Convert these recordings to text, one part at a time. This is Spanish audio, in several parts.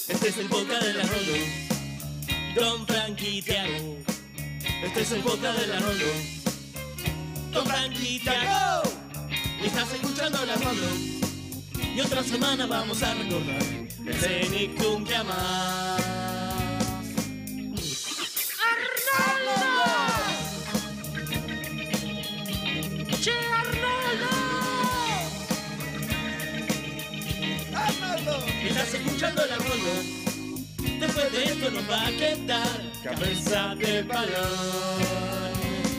Este es el podcast de la Rolo, Don Frankie y Tiago. Este es el podcast de la Rolo, Don Frankie y Tiago. Y estás escuchando la Rolo. Y otra semana vamos a recordar el Cenicum que amás. ¡Arnoldo! ¡Che, Arnoldo! ¡Arnoldo! Y estás escuchando la Rolo. Después de esto nos va a quedar cabeza de balón.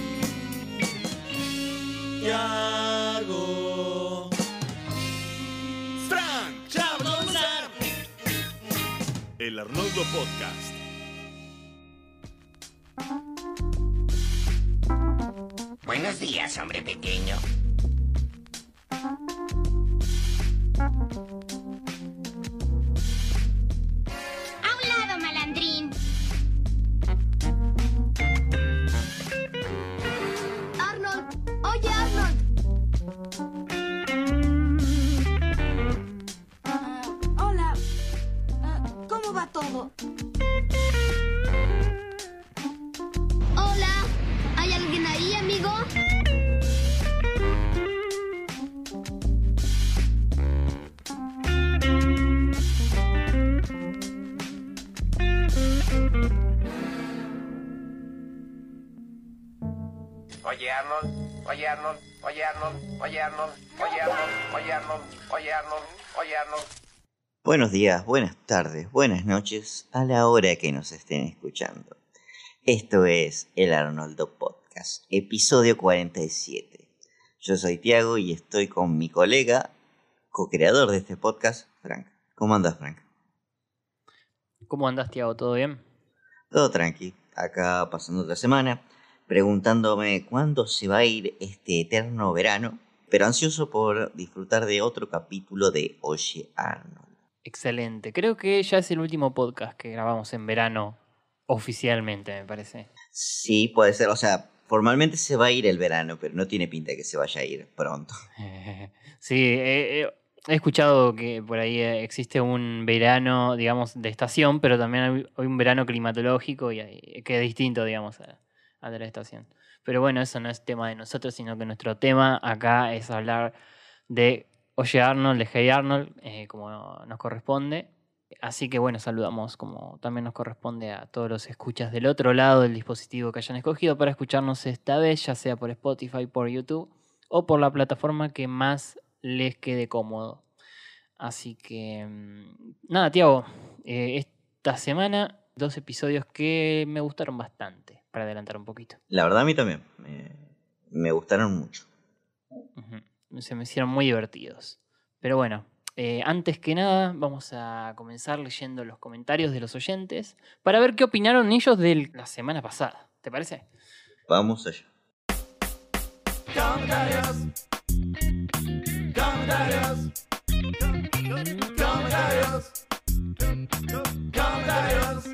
Tiago, Frank, Charlotte, El Arnoldo Podcast. Buenos días, hombre pequeño. ¡A un lado, malandrín! Arnold, oye Arnold. Hola. ¿Cómo va todo? Hola, ¿hay alguien ahí, amigo? Oye, Arnold. Oye, Arnold. Oye, Arnold. Oye, Arnold. Oye, Arnold. Oye, Arnold. Oye, Arnold. Oye, Arnold. Buenos días, buenas tardes, buenas noches, a la hora que nos estén escuchando. Esto es el Arnoldo Podcast, episodio 47. Yo soy Tiago y estoy con mi colega, co-creador de este podcast, Frank. ¿Cómo andas, Frank? ¿Cómo andás, Tiago? ¿Todo bien? Todo tranqui, acá pasando otra semana, preguntándome cuándo se va a ir este eterno verano, pero ansioso por disfrutar de otro capítulo de Oye Arnold. Excelente. Creo que ya es el último podcast que grabamos en verano oficialmente, me parece. Sí, puede ser, o sea, formalmente se va a ir el verano, pero no tiene pinta de que se vaya a ir pronto. Sí, he escuchado que por ahí existe un verano, digamos, de estación, pero también hay un verano climatológico que es distinto, digamos, a de la estación. Pero bueno, eso no es tema de nosotros, sino que nuestro tema acá es hablar de Oye Arnold, de Hey Arnold, como nos corresponde. Así que bueno, saludamos como también nos corresponde a todos los escuchas del otro lado del dispositivo que hayan escogido para escucharnos esta vez, ya sea por Spotify, por YouTube o por la plataforma que más les quede cómodo. Así que nada, Tiago, esta semana 2 episodios que me gustaron bastante, para adelantar un poquito. La verdad a mí también, me gustaron mucho. Uh-huh. Se me hicieron muy divertidos. Pero bueno, antes que nada vamos a comenzar leyendo los comentarios de los oyentes para ver qué opinaron ellos de la semana pasada. ¿Te parece? Vamos allá. comentarios, comentarios, comentarios, comentarios.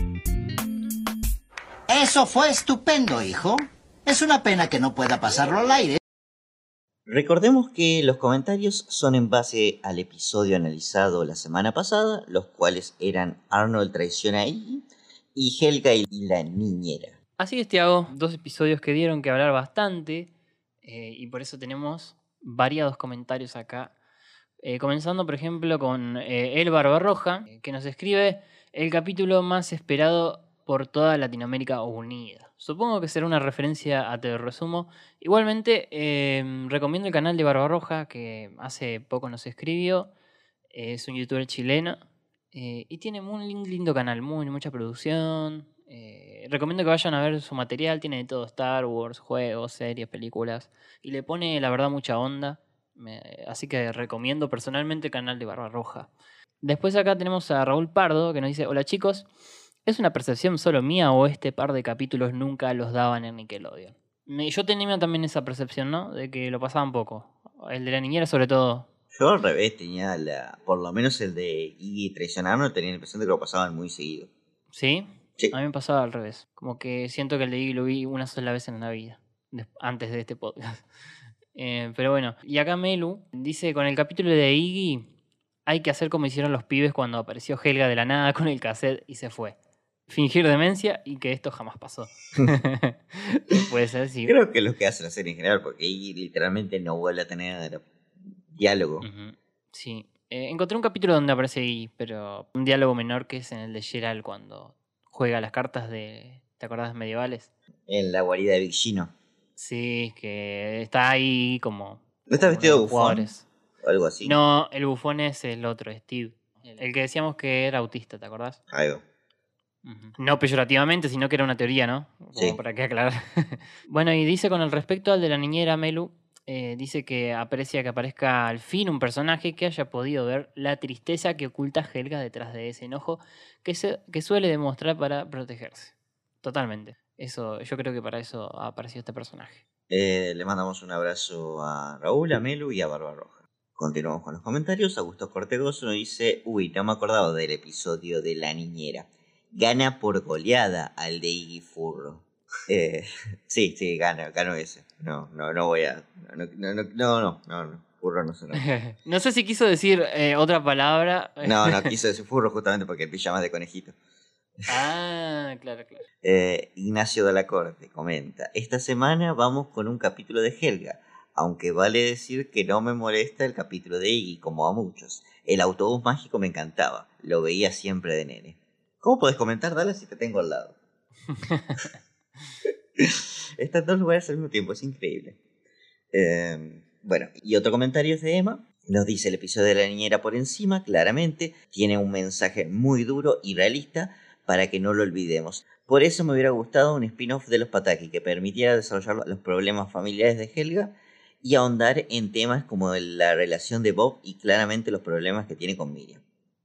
Eso fue estupendo, hijo. Es una pena que no pueda pasarlo al aire. Recordemos que los comentarios son en base al episodio analizado la semana pasada, los cuales eran Arnold traiciona a Iggy y Helga y la niñera. Así es, Tiago, 2 episodios que dieron que hablar bastante y por eso tenemos variados comentarios acá. Comenzando, por ejemplo, con El Barbarroja, que nos escribe el capítulo más esperado por toda Latinoamérica unida. Supongo que será una referencia a Te lo resumo. Igualmente, recomiendo el canal de Barbarroja, que hace poco nos escribió. Es un youtuber chileno y tiene un lindo canal, mucha producción. Recomiendo que vayan a ver su material. Tiene de todo: Star Wars, juegos, series, películas. Y le pone, la verdad, mucha onda. Así que recomiendo personalmente el canal de Barbarroja. Después acá tenemos a Raúl Pardo, que nos dice: hola chicos, ¿es una percepción solo mía o este par de capítulos nunca los daban en Nickelodeon? Yo tenía también esa percepción, ¿no? De que lo pasaban poco. El de la niñera sobre todo. Yo al revés tenía por lo menos el de Iggy traicionarnos, tenía la impresión de que lo pasaban muy seguido. ¿Sí? Sí. A mí me pasaba al revés. Como que siento que el de Iggy lo vi una sola vez en la vida, antes de este podcast. Pero bueno, y acá Melu dice: con el capítulo de Iggy, hay que hacer como hicieron los pibes cuando apareció Helga de la nada con el cassette y se fue. Fingir demencia y que esto jamás pasó. Puede ser, sí. Creo que es lo que hace la serie en general, porque ahí literalmente no vuelve a tener diálogo. Sí. Encontré un capítulo donde aparece ahí, pero un diálogo menor que es en el de Geralt cuando juega las cartas de... ¿Te acordás? Medievales. En la guarida de Vicino. Sí, que está ahí como... ¿No está vestido de bufón? Jugadores. O algo así. No, el bufón es el otro, Steve. El que decíamos que era autista, ¿te acordás? Ahí va. No peyorativamente, sino que era una teoría, ¿no? Como Sí. para qué aclarar. Bueno, y dice con el respecto al de la niñera Melu, dice que aprecia que aparezca al fin un personaje que haya podido ver la tristeza que oculta Helga detrás de ese enojo que suele demostrar para protegerse. Totalmente. Eso, yo creo que para eso apareció este personaje. Le mandamos un abrazo a Raúl, a Melu y a Barbarroja. Continuamos con los comentarios. Augusto Cortegoso nos dice: uy, no me acordaba del episodio de la niñera. Gana por goleada al de Iggy Furro. Sí, gano ese. No voy a... No, Furro no suena. No sé si quiso decir otra palabra. No, quiso decir Furro justamente porque el pijama es de conejito. Ah, claro. Ignacio de la Corte comenta: esta semana vamos con un capítulo de Helga, aunque vale decir que no me molesta el capítulo de Iggy, como a muchos. El autobús mágico me encantaba, lo veía siempre de nene. ¿Cómo podés comentar? Dale si te tengo al lado. Están en dos lugares al mismo tiempo, es increíble. Bueno, y otro comentario es de Emma. Nos dice: el episodio de la niñera por encima, claramente, tiene un mensaje muy duro y realista para que no lo olvidemos. Por eso me hubiera gustado un spin-off de los Pataki que permitiera desarrollar los problemas familiares de Helga y ahondar en temas como la relación de Bob y claramente los problemas que tiene con Miriam.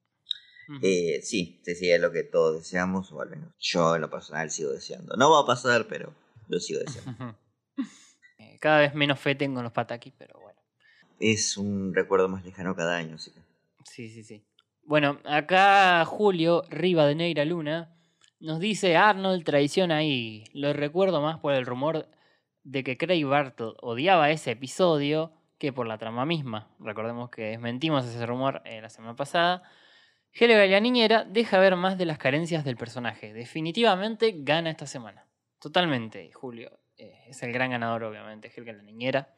Sí, es lo que todos deseamos, o al menos yo en lo personal sigo deseando. No va a pasar, pero lo sigo deseando. Cada vez menos fe tengo en los Pataki, pero bueno. Es un recuerdo más lejano cada año, así que... Sí. Bueno, acá Julio Rivadeneira Luna nos dice: Arnold traiciona ahí. Lo recuerdo más por el rumor de que Craig Bartle odiaba ese episodio que por la trama misma. Recordemos que desmentimos ese rumor la semana pasada. Helga y la niñera deja ver más de las carencias del personaje. Definitivamente gana esta semana. Totalmente, Julio. Es el gran ganador, obviamente, Helga y la niñera.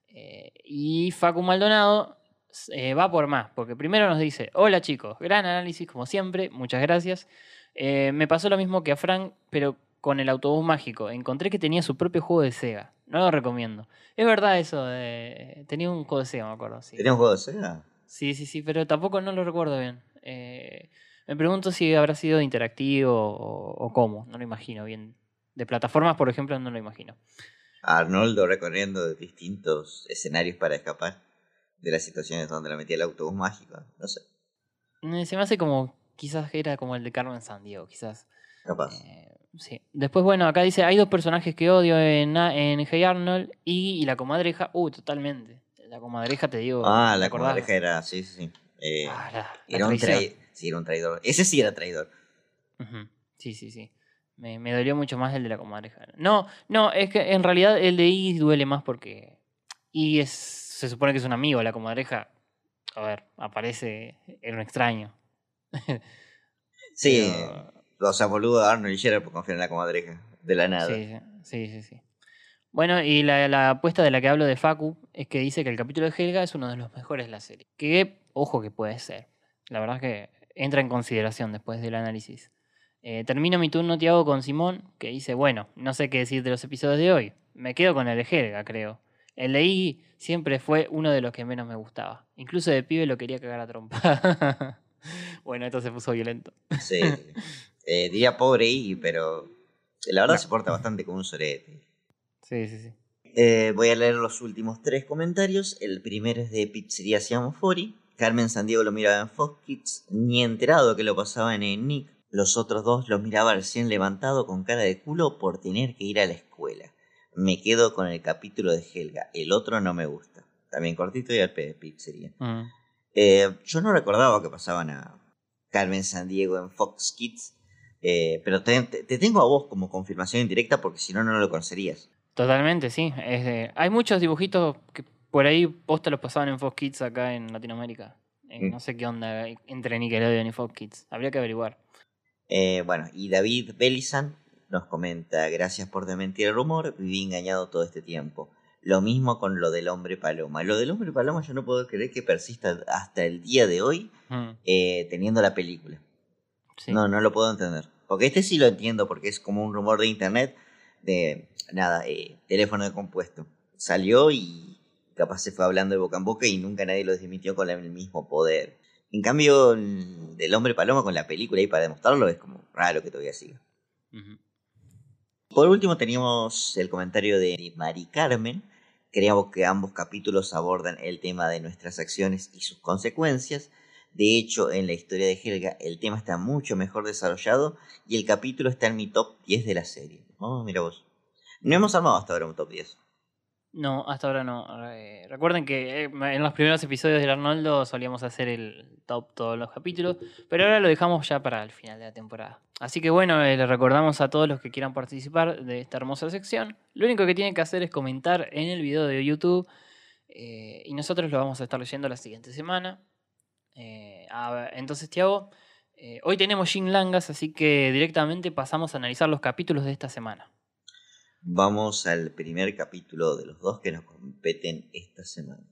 Y Facu Maldonado va por más, porque primero nos dice: hola chicos, gran análisis como siempre, muchas gracias. Me pasó lo mismo que a Frank, pero con el autobús mágico. Encontré que tenía su propio juego de Sega. No lo recomiendo. Es verdad eso, tenía un juego de Sega, me acuerdo. Sí. ¿Tenía un juego de Sega? Sí, pero tampoco no lo recuerdo bien. Me pregunto si habrá sido interactivo o cómo, no lo imagino bien. De plataformas, por ejemplo, no lo imagino. Arnoldo recorriendo distintos escenarios para escapar de las situaciones donde la metía el autobús mágico, no sé. Se me hace como, quizás era como el de Carmen Sandiego, quizás. Capaz. Sí. Después, bueno, acá dice: hay dos personajes que odio en Hey Arnold, y la comadreja. Totalmente. La comadreja, te digo. La comadreja era, sí. Era un traidor. Sí, era un traidor. Ese sí era traidor. Sí. Me dolió mucho más el de la comadreja. No, es que en realidad el de Iggy duele más porque Iggy se supone que es un amigo. La comadreja, a ver, aparece en un extraño. Sí, o sea, boludo, Arnold y Gerard por confiar en la comadreja, de la nada. Sí. Bueno, y la apuesta de la que hablo de Facu es que dice que el capítulo de Helga es uno de los mejores de la serie. Que, ojo que puede ser. La verdad es que entra en consideración después del análisis. Termino mi turno, Tiago, con Simón, que dice: bueno, no sé qué decir de los episodios de hoy. Me quedo con el de Helga, creo. El de Iggy siempre fue uno de los que menos me gustaba. Incluso de pibe lo quería cagar a trompa. Bueno, esto se puso violento. Sí. Diría pobre Iggy, pero la verdad se porta bastante como un sorete. Sí. Voy a leer los últimos 3 comentarios. El primero es de Pizzería Siamofori. Carmen Sandiego lo miraba en Fox Kids, ni enterado que lo pasaban en Nick. Los otros 2 los miraba recién levantado con cara de culo por tener que ir a la escuela. Me quedo con el capítulo de Helga, el otro no me gusta. También cortito y al pie de Pizzería. Yo no recordaba que pasaban a Carmen Sandiego en Fox Kids, pero te tengo a vos como confirmación indirecta porque si no, no lo conocerías. Totalmente, sí. Hay muchos dibujitos que por ahí posta los pasaban en Fox Kids acá en Latinoamérica. No sé qué onda entre Nickelodeon y Fox Kids. Habría que averiguar. Bueno, y David Belisan nos comenta: gracias por desmentir el rumor, viví engañado todo este tiempo. Lo mismo con lo del hombre paloma. Lo del hombre paloma yo no puedo creer que persista hasta el día de hoy teniendo la película. Sí. No lo puedo entender. Porque este sí lo entiendo, porque es como un rumor de internet de, teléfono de compuesto. Salió y capaz se fue hablando de boca en boca y nunca nadie lo desmintió con el mismo poder. En cambio, del hombre paloma con la película y para demostrarlo es como raro que todavía siga. Uh-huh. Por último teníamos el comentario de Mari Carmen. Creemos que ambos capítulos abordan el tema de nuestras acciones y sus consecuencias. De hecho, en la historia de Helga el tema está mucho mejor desarrollado y el capítulo está en mi top 10 de la serie. Oh, mira vos. No hemos armado hasta ahora un top 10. No, hasta ahora no. Recuerden que en los primeros episodios del Arnoldo solíamos hacer el top todos los capítulos, pero ahora lo dejamos ya para el final de la temporada. Así que bueno, les recordamos a todos los que quieran participar de esta hermosa sección. Lo único que tienen que hacer es comentar en el video de YouTube y nosotros lo vamos a estar leyendo la siguiente semana. Entonces, Thiago, hoy tenemos Jin Langas, así que directamente pasamos a analizar los capítulos de esta semana. Vamos al primer capítulo de los dos que nos competen esta semana.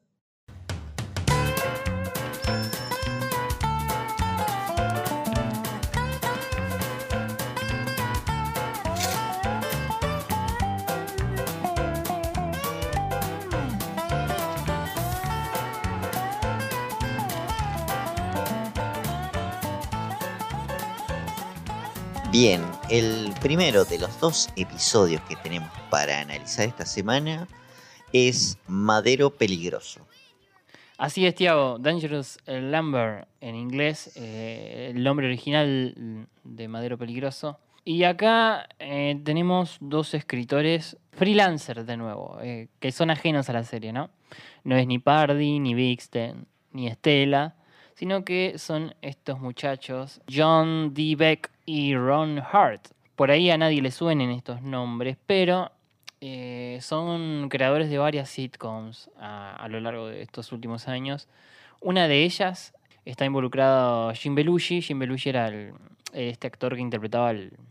Bien, el primero de los dos episodios que tenemos para analizar esta semana es Madero Peligroso. Así es, Thiago. Dangerous Lumber en inglés, el nombre original de Madero Peligroso. Y acá tenemos dos escritores freelancers de nuevo, que son ajenos a la serie, ¿no? No es ni Pardy, ni Bixten, ni Estela, sino que son estos muchachos, John D. Beck y Ron Hart. Por ahí a nadie le suenen estos nombres, pero son creadores de varias sitcoms a lo largo de estos últimos años. Una de ellas está involucrado Jim Belushi. Jim Belushi era este actor que interpretaba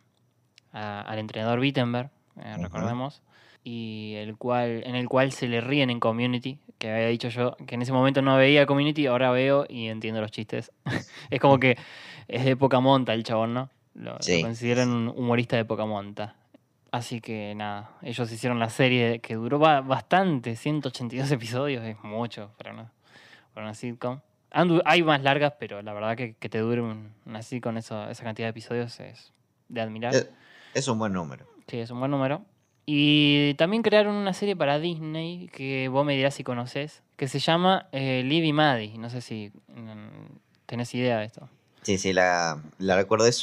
al entrenador Wittenberg, recordemos, y en el cual se le ríen en Community, que había dicho yo que en ese momento no veía Community, ahora veo y entiendo los chistes. Es como que es de poca monta el chabón, ¿no? Lo consideran un humorista de poca monta. Así que nada, ellos hicieron la serie que duró bastante, 182 episodios, es mucho para una sitcom. Hay más largas, pero la verdad que te dure una sitcom esa cantidad de episodios es de admirar. Es un buen número. Sí, es un buen número. Y también crearon una serie para Disney, que vos me dirás si conoces, que se llama Liv y Maddie. No sé si tenés idea de esto. Sí, la recuerdo. Es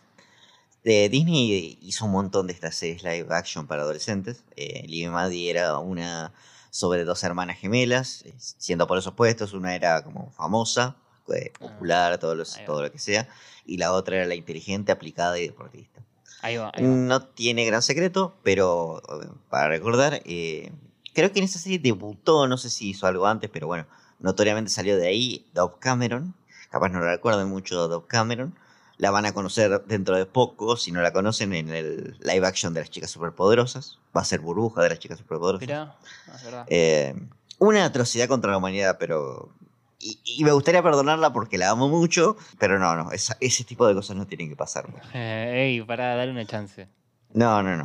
Disney hizo un montón de estas series live action para adolescentes. Liv y Maddie era una sobre dos hermanas gemelas, siendo por esos puestos. Una era como famosa, popular, todo lo que sea, y la otra era la inteligente, aplicada y deportista. Ahí va. No tiene gran secreto, pero para recordar, creo que en esa serie debutó, no sé si hizo algo antes, pero bueno, notoriamente salió de ahí Dove Cameron. Capaz no la recuerden mucho Dove Cameron. La van a conocer dentro de poco, si no la conocen, en el live action de las chicas superpoderosas. Va a ser Burbuja de las chicas superpoderosas. Mirá, es verdad. Una atrocidad contra la humanidad, pero... Y me gustaría perdonarla porque la amo mucho, pero no, ese tipo de cosas no tienen que pasar. Para darle una chance. No. No,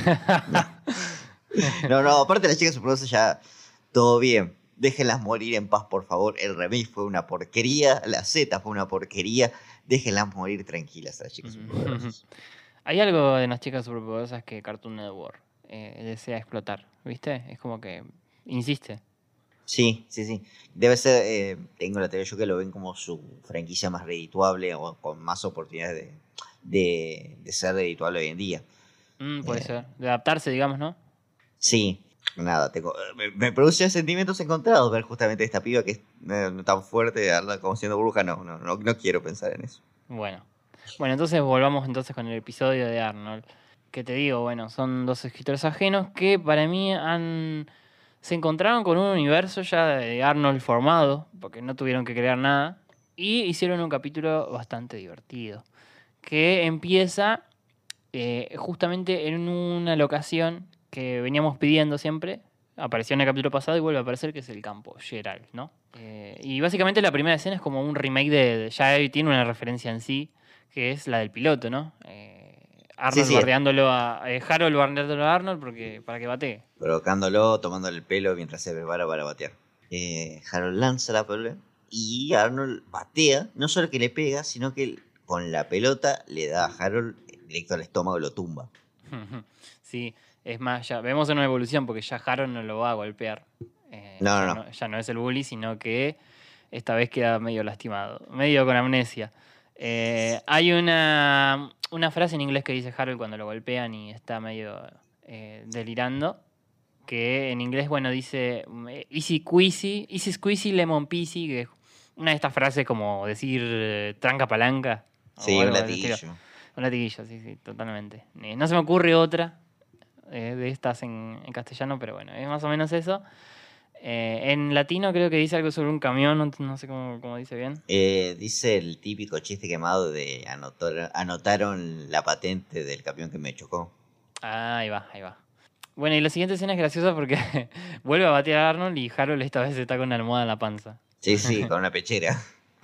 aparte las chicas superpoderosas ya, todo bien. Déjenlas morir en paz, por favor. El remake fue una porquería, la Z fue una porquería. Déjenlas morir tranquilas a las chicas superpoderosas. Hay algo de las chicas superpoderosas que Cartoon Network desea explotar, ¿viste? Es como que insiste. Sí. Debe ser, tengo la teoría yo que lo ven como su franquicia más redituable o con más oportunidades de ser redituable hoy en día. Puede ser. De adaptarse, digamos, ¿no? Sí. Nada, me produce sentimientos encontrados ver justamente esta piba que es tan fuerte, como siendo bruja. No quiero pensar en eso. Bueno, entonces volvamos con el episodio de Arnold. Que te digo, bueno, son dos escritores ajenos que para mí han se encontraron con un universo ya de Arnold formado, porque no tuvieron que crear nada, y hicieron un capítulo bastante divertido, que empieza justamente en una locación que veníamos pidiendo siempre. Apareció en el capítulo pasado y vuelve a aparecer, que es el campo Gerald, ¿no? Y básicamente la primera escena es como un remake ya tiene una referencia en sí, que es la del piloto, ¿no? Arnold Sí. bardeándolo Harold bardeándolo a Arnold para que batee. Provocándolo, tomándole el pelo mientras se prepara para batear. Harold lanza la pelota y Arnold batea. No solo que le pega, sino que con la pelota le da a Harold directo al estómago y lo tumba. Sí, es más, ya vemos una evolución porque ya Harold no lo va a golpear. No. Ya no es el bully, sino que esta vez queda medio lastimado, medio con amnesia. Hay una frase en inglés que dice Harold cuando lo golpean y está medio delirando, que en inglés, bueno, dice easy squeezy, lemon peasy, que es una de estas frases como decir tranca palanca. Sí, un latiguillo. Un latiguillo, sí, totalmente. No se me ocurre otra de estas en castellano, pero bueno, es más o menos eso. En latino creo que dice algo sobre un camión, no sé cómo dice bien. Dice el típico chiste quemado de anotaron la patente del camión que me chocó. Ah, ahí va. Bueno, y la siguiente escena es graciosa porque vuelve a batear a Arnold y Harold esta vez está con una almohada en la panza. Sí, con una pechera.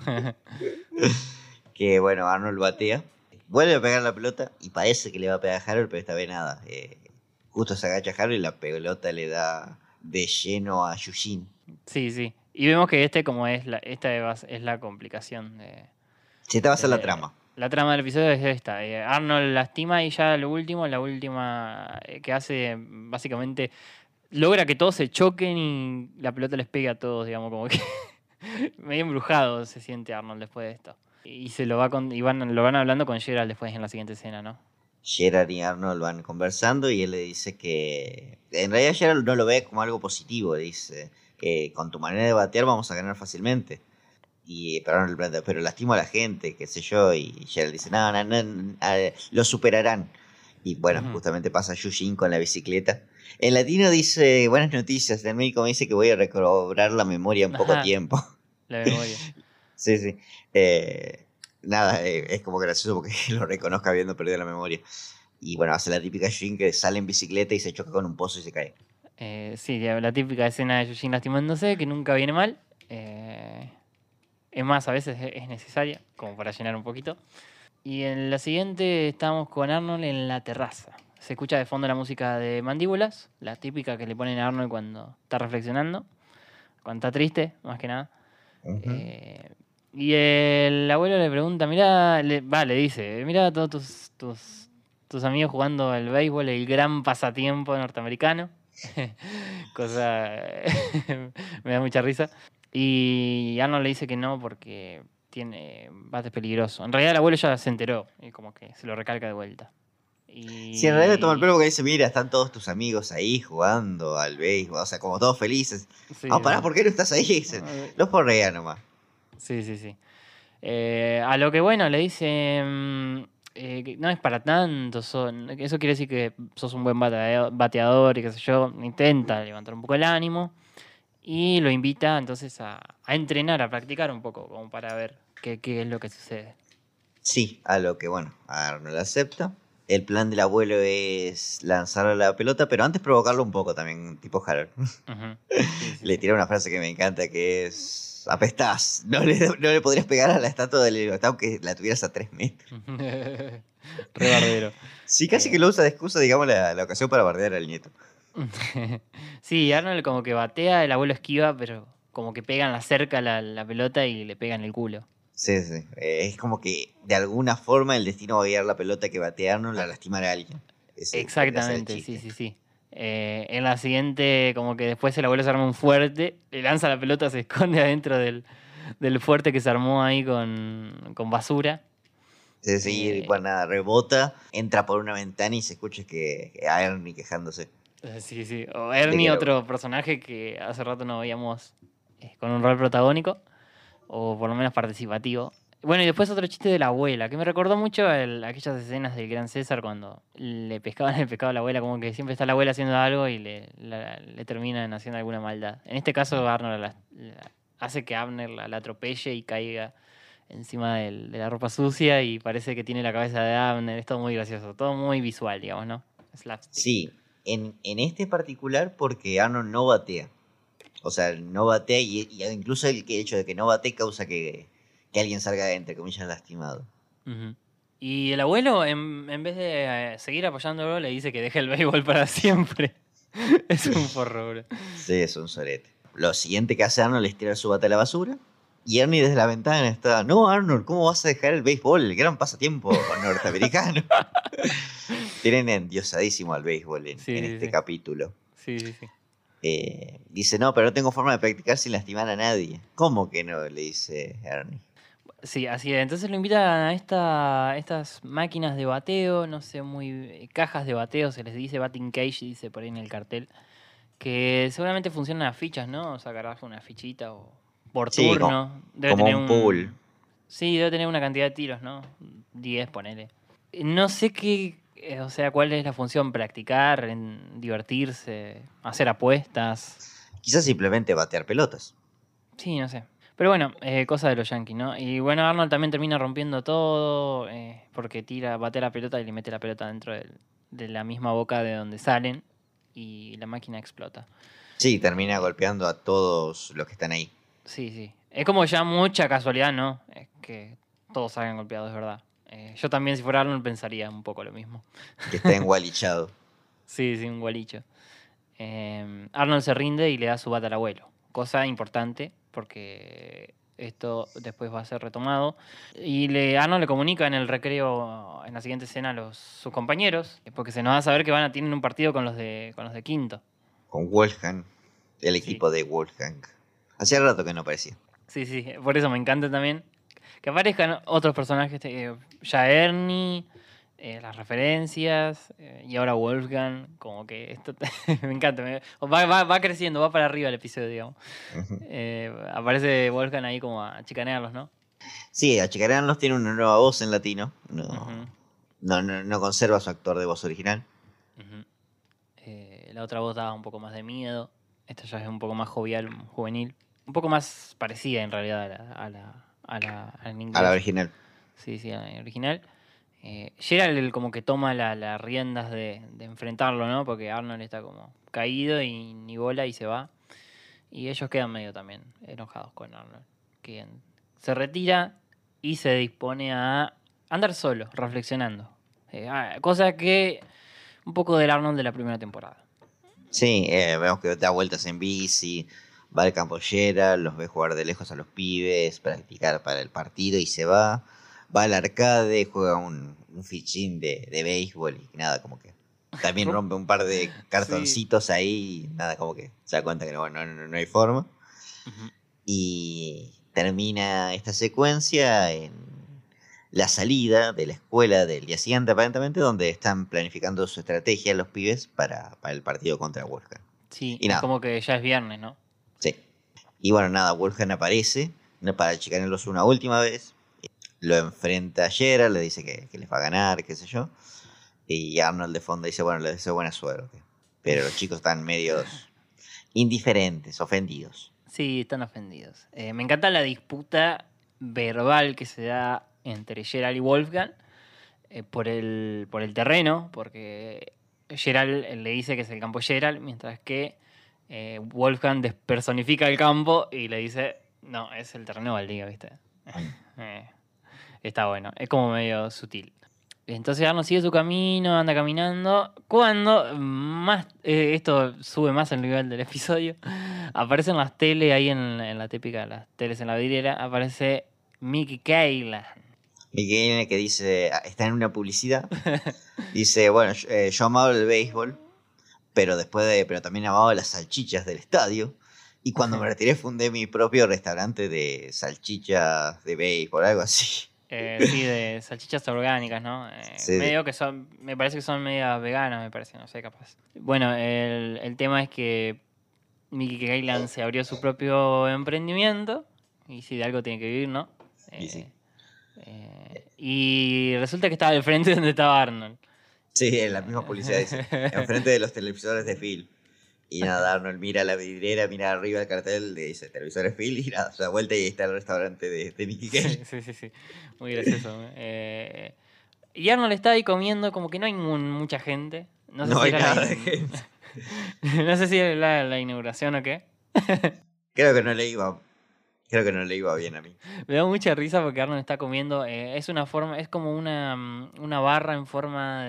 Que bueno, Arnold batea, vuelve a pegar la pelota y parece que le va a pegar a Harold, pero esta vez nada. Justo se agacha Harold y la pelota le da de lleno a Yushin. Sí. Y vemos que esta es la complicación de... Sí, esta va a ser la trama. La trama del episodio es esta. Arnold lastima y ya la última que hace, básicamente, logra que todos se choquen y la pelota les pegue a todos, digamos, como que medio embrujado se siente Arnold después de esto. Y lo van hablando con Gerald después en la siguiente escena, ¿no? Gerald y Arnold van conversando y él le dice que... En realidad Gerald no lo ve como algo positivo, le dice que con tu manera de batear vamos a ganar fácilmente. Pero Arnold plantea, pero lastimo a la gente, qué sé yo, y Gerald dice, no, lo superarán. Y bueno, justamente pasa Yushin con la bicicleta. En latino dice, buenas noticias, el médico me dice que voy a recobrar la memoria en poco tiempo. La memoria. Sí. Es como gracioso porque lo reconozca habiendo perdido la memoria. Y bueno, hace la típica Yushin que sale en bicicleta y se choca con un pozo y se cae. Sí, la típica escena de Yushin lastimándose, que nunca viene mal. Es más, a veces es necesaria, como para llenar un poquito. Y en la siguiente estamos con Arnold en la terraza. Se escucha de fondo la música de Mandíbulas, la típica que le ponen a Arnold cuando está reflexionando, cuando está triste, más que nada. Y el abuelo le pregunta, le dice, mirá a todos tus amigos jugando al béisbol, el gran pasatiempo norteamericano. Cosa me da mucha risa. Y Arnold le dice que no porque tiene bate peligroso. En realidad el abuelo ya se enteró y como que se lo recalca de vuelta. Sí, en realidad toma el pelo porque dice, mira, están todos tus amigos ahí jugando al béisbol, o sea, como todos felices. Sí, pará, ¿por qué no estás ahí? Dice, los porrea nomás. Sí. A lo que bueno le dice, que no es para tanto, eso quiere decir que sos un buen bateador y qué sé yo. Intenta levantar un poco el ánimo. Y lo invita entonces a entrenar, a practicar un poco, como para ver qué es lo que sucede. Sí, a lo que, bueno, Arnold acepta. El plan del abuelo es lanzar la pelota, pero antes provocarlo un poco también, tipo Harold. Sí. Le tira una frase que me encanta, que es... Apestás, no le podrías pegar a la estatua de la libertad aunque la tuvieras a 3 metros. Re bardero. Sí, casi que lo usa de excusa, digamos, la ocasión para bardear al nieto. Sí, Arnold como que batea, el abuelo esquiva, pero como que pega en la cerca la pelota y le pega en el culo. Sí. Es como que de alguna forma el destino va a guiar la pelota que batea Arnold a lastimar a alguien. Exactamente, sí. En la siguiente, como que después el abuelo se arma un fuerte, le lanza la pelota, se esconde adentro del fuerte que se armó ahí con basura. Sí, y pues nada, rebota, entra por una ventana y se escucha a Ernie quejándose. Sí. O Ernie, otro personaje que hace rato no veíamos con un rol protagónico, o por lo menos participativo. Bueno, y después otro chiste de la abuela, que me recordó mucho aquellas escenas del Gran César cuando le pescaban el pescado a la abuela, como que siempre está la abuela haciendo algo y le terminan haciendo alguna maldad. En este caso, Arnold hace que Abner la atropelle y caiga encima de la ropa sucia y parece que tiene la cabeza de Abner. Es todo muy gracioso, todo muy visual, digamos, ¿no? Slapstick. Sí, en este particular porque Arnold no batea. O sea, no batea y incluso el hecho de que no batee causa que alguien salga de entre comillas lastimado. Ujú. Y el abuelo, en vez de seguir apoyándolo, le dice que deje el béisbol para siempre. Es un forro, bro. Sí, es un sorete. Lo siguiente que hace Arnold es tirar su bate a la basura. Y Ernie desde la ventana está, no Arnold, ¿cómo vas a dejar el béisbol? El gran pasatiempo norteamericano. Tienen endiosadísimo al béisbol en este capítulo. Sí, sí, sí. Dice, no, pero no tengo forma de practicar sin lastimar a nadie. ¿Cómo que no? Le dice Ernie. Sí, así es. Entonces lo invitan a estas máquinas de bateo, no sé, cajas de bateo, se les dice batting cage, dice por ahí en el cartel, que seguramente funcionan a fichas, ¿no? Sacarás una fichita o por turno. Debe como tener un pool. Sí, debe tener una cantidad de tiros, ¿no? 10, ponele. No sé o sea, cuál es la función, practicar, divertirse, hacer apuestas. Quizás simplemente batear pelotas. Sí, no sé. Pero bueno, cosa de los Yankees, ¿no? Y bueno, Arnold también termina rompiendo todo porque batea la pelota y le mete la pelota dentro de la misma boca de donde salen y la máquina explota. Sí, termina golpeando a todos los que están ahí. Sí, sí. Es como ya mucha casualidad, ¿no? Es que todos salgan golpeados, es verdad. Yo también, si fuera Arnold, pensaría un poco lo mismo. Que está engualichado. Sí, un gualicho. Arnold se rinde y le da su bata al abuelo. Cosa importante, porque esto después va a ser retomado. Y Arnold le comunica en el recreo, en la siguiente escena, a sus compañeros, porque se nos va a saber que tienen un partido con los de quinto. Con Wolfgang, el equipo de Wolfgang. Hacía rato que no aparecía. Sí, por eso me encanta también que aparezcan otros personajes, ya Ernie, las referencias, y ahora Wolfgang, como que esto me encanta, va creciendo, va para arriba el episodio, digamos. Uh-huh. Aparece Wolfgang ahí como a chicanearlos, ¿no? Sí, a chicanearlos, tiene una nueva voz en latino, Uh-huh. no conserva su actor de voz original. Uh-huh. La otra voz daba un poco más de miedo, esta ya es un poco más jovial, juvenil, un poco más parecida en realidad a la en inglés. A la original. Sí, a la original. Gerald como que toma las riendas de enfrentarlo, ¿no? Porque Arnold está como caído y ni bola y se va. Y ellos quedan medio también enojados con Arnold, quien se retira y se dispone a andar solo, reflexionando. Cosa que un poco del Arnold de la primera temporada. Sí, vemos que da vueltas en bici, va al campo Gerald, los ve jugar de lejos a los pibes, practicar para el partido y se va. Va al arcade, juega un fichín de béisbol y nada, como que también rompe un par de cartoncitos ahí y nada, como que se da cuenta que no hay forma. Uh-huh. Y termina esta secuencia en la salida de la escuela del día siguiente, aparentemente, donde están planificando su estrategia los pibes para el partido contra Wolfgang. Sí, y es como que ya es viernes, ¿no? Sí. Y bueno, nada, Wolfgang aparece para chicanearlos una última vez. Lo enfrenta a Gerald, le dice que les va a ganar, qué sé yo. Y Arnold de fondo dice, bueno, le deseo buena suerte. Pero los chicos están medios indiferentes, ofendidos. Sí, están ofendidos. Me encanta la disputa verbal que se da entre Gerald y Wolfgang por el terreno, porque Gerald le dice que es el campo Gerald, mientras que Wolfgang despersonifica el campo y le dice, no, es el terreno baldío, ¿viste? Está bueno, es como medio sutil. Entonces Arnold sigue su camino, anda caminando. Cuando más esto sube más el nivel del episodio, aparecen las teles ahí en la típica, las teles en la vidriera, aparece Mickey Caylan. Mickey Caylan que dice, está en una publicidad, dice, bueno, yo amaba el béisbol, pero también amaba las salchichas del estadio. Y cuando me retiré fundé mi propio restaurante de salchichas de béisbol, algo así. Sí, de salchichas orgánicas, ¿no? Sí. Medio que me parece que son medias veganas, me parece, no sé, capaz. Bueno, el tema es que Mickey Caylan se abrió su propio emprendimiento, y si de algo tiene que vivir, ¿no? Sí. Y resulta que estaba al frente donde estaba Arnold. Sí, en la misma publicidad dice, enfrente de los televisores de Phil. Y nada, Arnold mira la vidriera, mira arriba el cartel, le dice televisores Phil y nada, se da vuelta y ahí está el restaurante de Mickey Kane. Sí. Muy gracioso. Y Arnold está ahí comiendo, como que no hay mucha gente. No sé No si hay era nada de gente. No sé si era la inauguración o qué. Creo que no le iba bien a mí. Me da mucha risa porque Arnold está comiendo. Es una forma, es como una barra en forma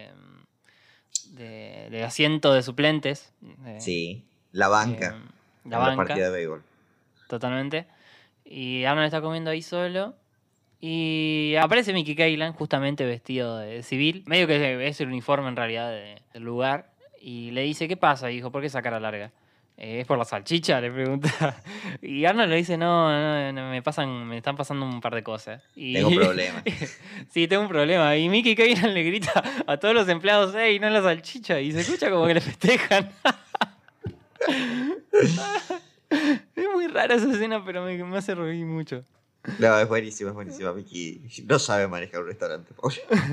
de asiento de suplentes. Sí, la banca. La en banca. la partida de béisbol. Totalmente. Y Arnold está comiendo ahí solo. Y aparece Mickey Kaylan justamente vestido de civil. Medio que es el uniforme en realidad del lugar. Y le dice, ¿qué pasa, hijo? ¿Por qué esa cara larga? ¿Es por la salchicha? Le pregunta. Y Arnold le dice, no, me están pasando un par de cosas. Tengo problemas. Sí, tengo un problema. Y Mickey Kaylan le grita a todos los empleados, ¡ey, no la salchicha! Y se escucha como que le festejan. Es muy rara esa escena, pero me hace reír mucho. No, es buenísima. Mickey no sabe manejar un restaurante, pobre.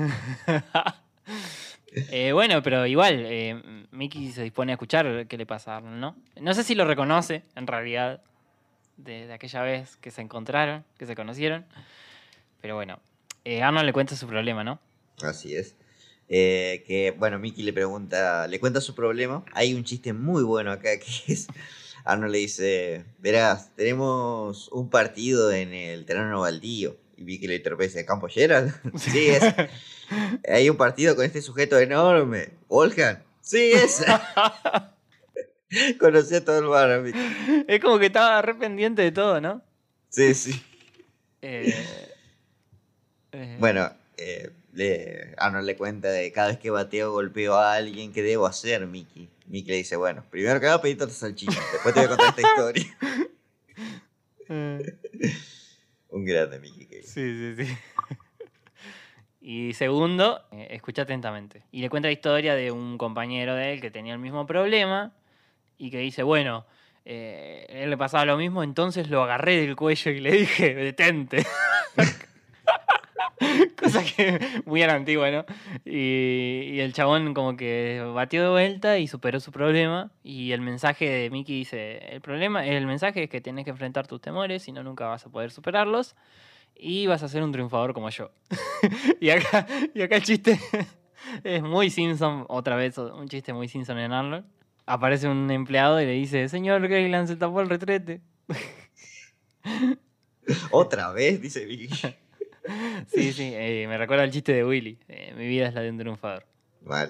Bueno, pero igual, Mickey se dispone a escuchar qué le pasa a Arnold, ¿no? No sé si lo reconoce, en realidad, de aquella vez que se encontraron, que se conocieron. Pero bueno, Arnold le cuenta su problema, ¿no? Así es. Bueno, Mickey le cuenta su problema. Hay un chiste muy bueno acá que es... Arnold le dice, verás, tenemos un partido en el terreno baldío. Y Mickey le interpela, ¿Campo Gerald? Sí, es. Hay un partido con este sujeto enorme. ¿Volcan? Sí, ese. Conocí a todo el bar, Mickey. Es como que estaba re pendiente de todo, ¿no? Sí. Bueno, Arnold le cuenta de cada vez que bateo golpeo a alguien, ¿qué debo hacer, Mickey? Mickey le dice, bueno, primero que nada pedirte otra salchicha, después te voy a contar esta historia. Un grande Mickey. Sí. Y segundo, escucha atentamente. Y le cuenta la historia de un compañero de él que tenía el mismo problema y que dice, bueno, él le pasaba lo mismo, entonces lo agarré del cuello y le dije, detente. Cosa que muy a la antigua, ¿no? Y el chabón como que batió de vuelta y superó su problema. Y el mensaje de Mickey dice, el mensaje es que tienes que enfrentar tus temores, si no nunca vas a poder superarlos. Y vas a ser un triunfador como yo. y acá el chiste es muy Simpson, otra vez un chiste muy Simpson en Arnold. Aparece un empleado y le dice, señor Kaylan, se tapó el retrete. ¿Otra vez? Dice Mickey. Sí, me recuerda el chiste de Willy. Mi vida es la de un triunfador. Vale.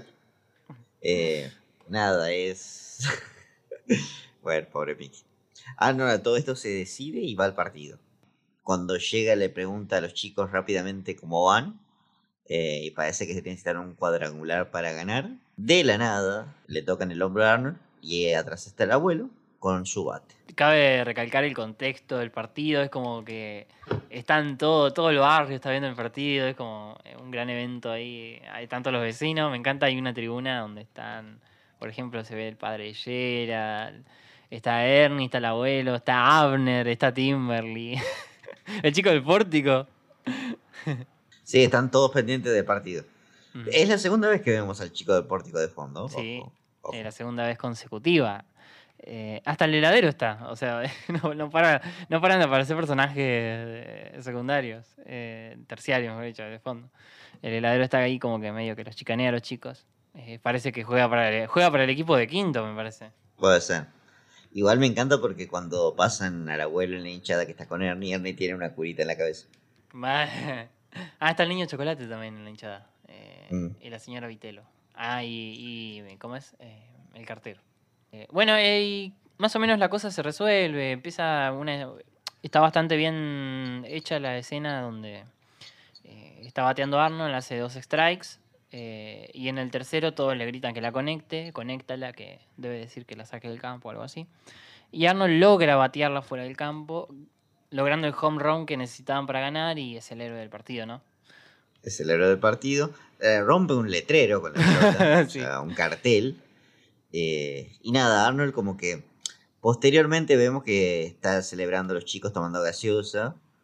Nada, es... Bueno, pobre Mickey. Arnold a todo esto se decide y va al partido. Cuando llega le pregunta a los chicos rápidamente cómo van. Y parece que se necesitan un cuadrangular para ganar. De la nada le tocan el hombro a Arnold y atrás está el abuelo con su bate. Cabe recalcar el contexto del partido, es como que están todo el barrio está viendo el partido, es como un gran evento ahí, hay tanto los vecinos, me encanta, hay una tribuna donde están, por ejemplo, se ve el padre de Gerald, está Ernie, está el abuelo, está Abner, está Timberly, el chico del pórtico. Sí, están todos pendientes del partido. Es la segunda vez que vemos al chico del pórtico de fondo. Sí, Ojo. La segunda vez consecutiva. Hasta el heladero está, o sea, no paran de aparecer personajes secundarios, terciarios, mejor dicho, de fondo. El heladero está ahí como que medio que los chicanea a los chicos. Parece que juega para el equipo de quinto, me parece. Puede ser. Igual me encanta porque cuando pasan al abuelo en la hinchada que está con Ernie tiene una curita en la cabeza. Está el niño chocolate también en la hinchada. Y la señora Vitelo. Y ¿cómo es? El cartero. Bueno, y más o menos la cosa se resuelve. Está bastante bien hecha la escena donde está bateando Arnold, hace 2 strikes. Y en el tercero todos le gritan que la conéctala, que debe decir que la saque del campo o algo así. Y Arnold logra batearla fuera del campo, logrando el home run que necesitaban para ganar y es el héroe del partido, ¿no? Es el héroe del partido. Rompe un letrero con la pelota, Sí. O sea, un cartel. Y nada, Arnold como que posteriormente vemos que está celebrando a los chicos tomando gaseosa.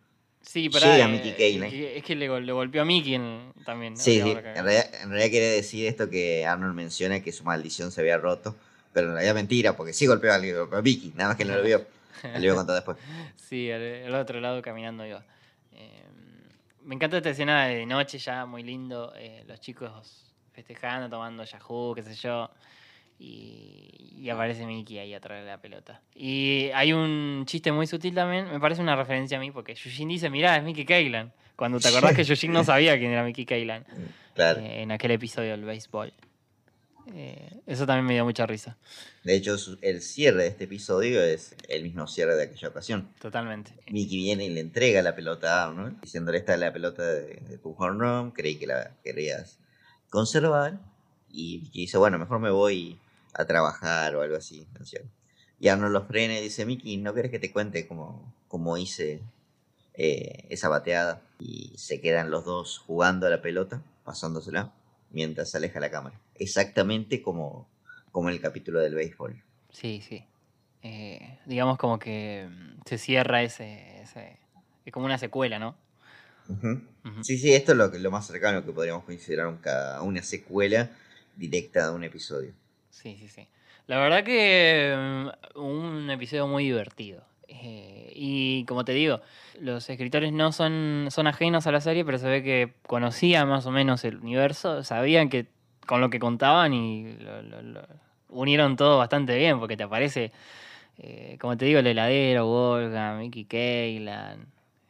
Sí, pero llega Mickey Kaling. es que le golpeó a Mickey también. ¿no? Sí, Digamos, sí. En realidad quiere decir esto que Arnold menciona que su maldición se había roto. Pero en realidad mentira, porque sí golpeó a Mickey, nada más que no lo vio. Lo iba a contar después. Sí, al otro lado caminando iba. Me encanta esta escena de noche ya, muy lindo. Los chicos festejando, tomando Yahoo, qué sé yo. Y aparece Mickey ahí atrás de la pelota. Y hay un chiste muy sutil también, me parece una referencia a mí, porque Yujin dice, mirá, es Mickey Kaling. Cuando te acordás que Yujin no sabía quién era Mickey Kaling. Claro. En aquel episodio del béisbol. Eso también me dio mucha risa. De hecho, el cierre de este episodio es el mismo cierre de aquella ocasión. Totalmente. Mickey viene y le entrega la pelota a Arnold, diciéndole, esta es la pelota de tu home run, creí que la querías conservar. Y Mickey dice, bueno, mejor me voy a trabajar o algo así. Y Arnold lo frena y dice, Mickey, ¿no querés que te cuente cómo hice esa bateada? Y se quedan los dos jugando a la pelota, pasándosela, mientras se aleja la cámara. Exactamente como en el capítulo del béisbol. Sí, sí. Digamos como que se cierra es como una secuela, ¿no? Uh-huh. Ujú. Sí, esto es lo más cercano que podríamos considerar una secuela directa de un episodio. Sí, sí, sí. La verdad que un episodio muy divertido. Y como te digo, los escritores no son ajenos a la serie, pero se ve que conocían más o menos el universo, sabían que con lo que contaban y lo unieron todo bastante bien, porque te aparece, como te digo, el heladero, Wolfgang, Mickey Kaling,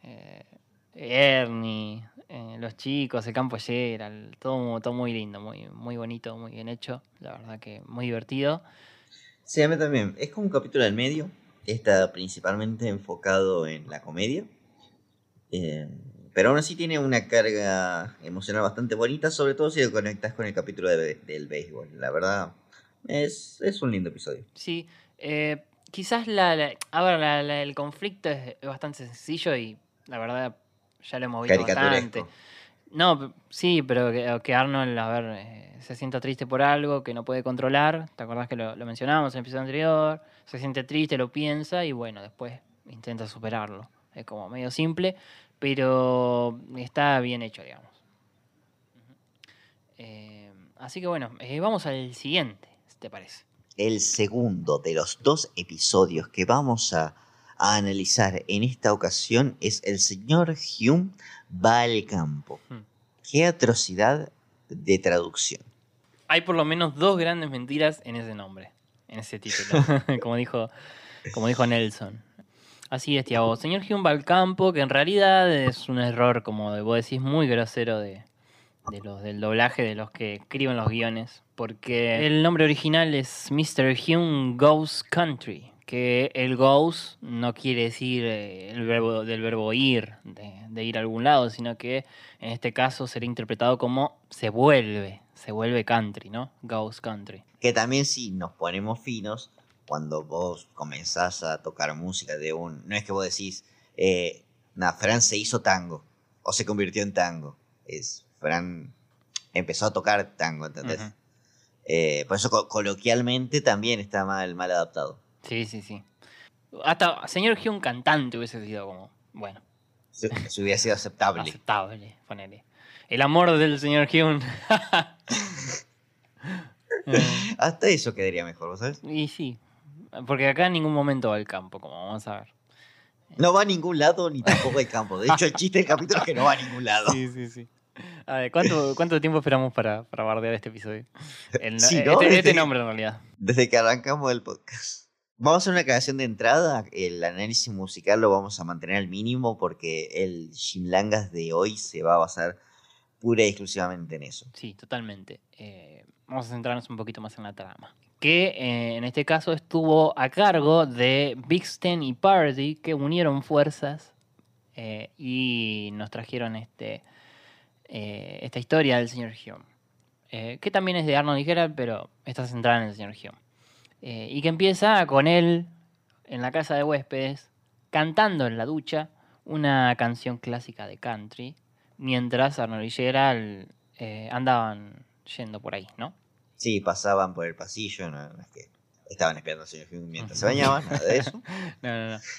Ernie, los chicos, el campo Gerald, todo muy lindo, muy, muy bonito, muy bien hecho, la verdad que muy divertido. Sí, a mí también. Es como un capítulo al medio. Está principalmente enfocado en la comedia. Pero aún así tiene una carga emocional bastante bonita, sobre todo si lo conectas con el capítulo del béisbol. La verdad, es un lindo episodio. Sí, quizás el conflicto es bastante sencillo y la verdad ya lo hemos visto bastante. Caricaturesco. No, sí, pero que Arnold, a ver, se sienta triste por algo que no puede controlar. ¿Te acordás que lo mencionábamos en el episodio anterior? Se siente triste, lo piensa y bueno, después intenta superarlo. Es como medio simple, pero está bien hecho, digamos. Así que bueno, vamos al siguiente, si te parece. El segundo de los 2 episodios que vamos a analizar en esta ocasión es El señor Hume va al campo. Qué atrocidad de traducción. Hay por lo menos 2 grandes mentiras en ese nombre, en ese título, como dijo Nelson. Así es, Tiago. Señor Hume va al campo, que en realidad es un error, como vos decís, muy grosero del doblaje, de los que escriben los guiones, porque el nombre original es Mr. Hume Goes Country, que el goes no quiere decir el verbo ir, de ir a algún lado, sino que en este caso sería interpretado como se vuelve country, ¿no? Goes country. Que también si nos ponemos finos, cuando vos comenzás a tocar música no es que vos decís, Fran se hizo tango, o se convirtió en tango, Fran empezó a tocar tango, ¿entendés? Uh-huh. Por eso coloquialmente también está mal adaptado. Sí. Hasta señor Hume cantante hubiese sido como, bueno. Se hubiera sido aceptable. Aceptable, ponele. El amor del señor Hume. Hasta eso quedaría mejor, ¿vos sabés? Y sí, porque acá en ningún momento va al campo, como vamos a ver. No va a ningún lado ni tampoco al campo. De hecho, el chiste del capítulo es que no va a ningún lado. Sí. A ver, ¿cuánto tiempo esperamos para bardear este episodio? ¿no? Este nombre en realidad. Desde que arrancamos el podcast. Vamos a hacer una aclaración de entrada. El análisis musical lo vamos a mantener al mínimo porque el Gimlangas de hoy se va a basar pura y exclusivamente en eso. Sí, totalmente. Vamos a centrarnos un poquito más en la trama. Que en este caso estuvo a cargo de Big Stan y Party, que unieron fuerzas y nos trajeron esta historia del señor Hume. Que también es de Arnold y Gerald, pero está centrada en el señor Hume. Y que empieza con él en la casa de huéspedes, cantando en la ducha una canción clásica de country, mientras Arnold y Gerald andaban yendo por ahí, ¿no? Sí, pasaban por el pasillo, no es que estaban esperando al señor Hume mientras se bañaban, nada de eso. No.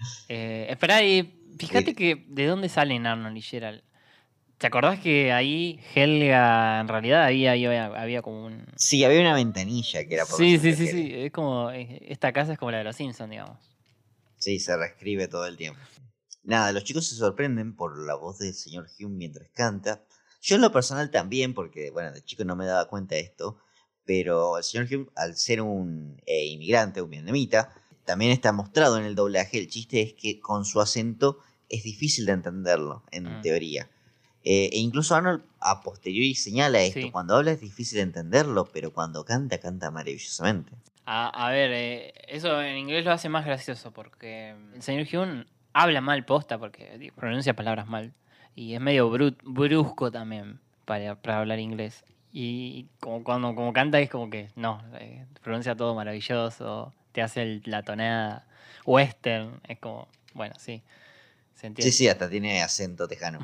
Esperá, fíjate que de dónde salen Arnold y Gerald. ¿Te acordás que ahí Helga, en realidad, había como un... Sí, había una ventanilla que era por Sí, donde sí, se sí, refiere. sí. Es como... Esta casa es como la de los Simpsons, digamos. Sí, se reescribe todo el tiempo. Nada, los chicos se sorprenden por la voz del señor Hume mientras canta. Yo en lo personal también, porque, bueno, de chico no me daba cuenta de esto, pero el señor Hume, al ser un inmigrante, un vietnamita, también está mostrado en el doblaje. El chiste es que con su acento es difícil de entenderlo, en teoría. E incluso Arnold a posteriori señala esto. Sí. Cuando habla es difícil de entenderlo, pero cuando canta, canta maravillosamente. A ver, eso en inglés lo hace más gracioso porque el señor Hume habla mal posta porque pronuncia palabras mal. Y es medio brusco también para hablar inglés. Y como canta es como que no, pronuncia todo maravilloso, te hace la tonada western. Es como, bueno, sí, se entiende. Sí, hasta tiene acento tejano.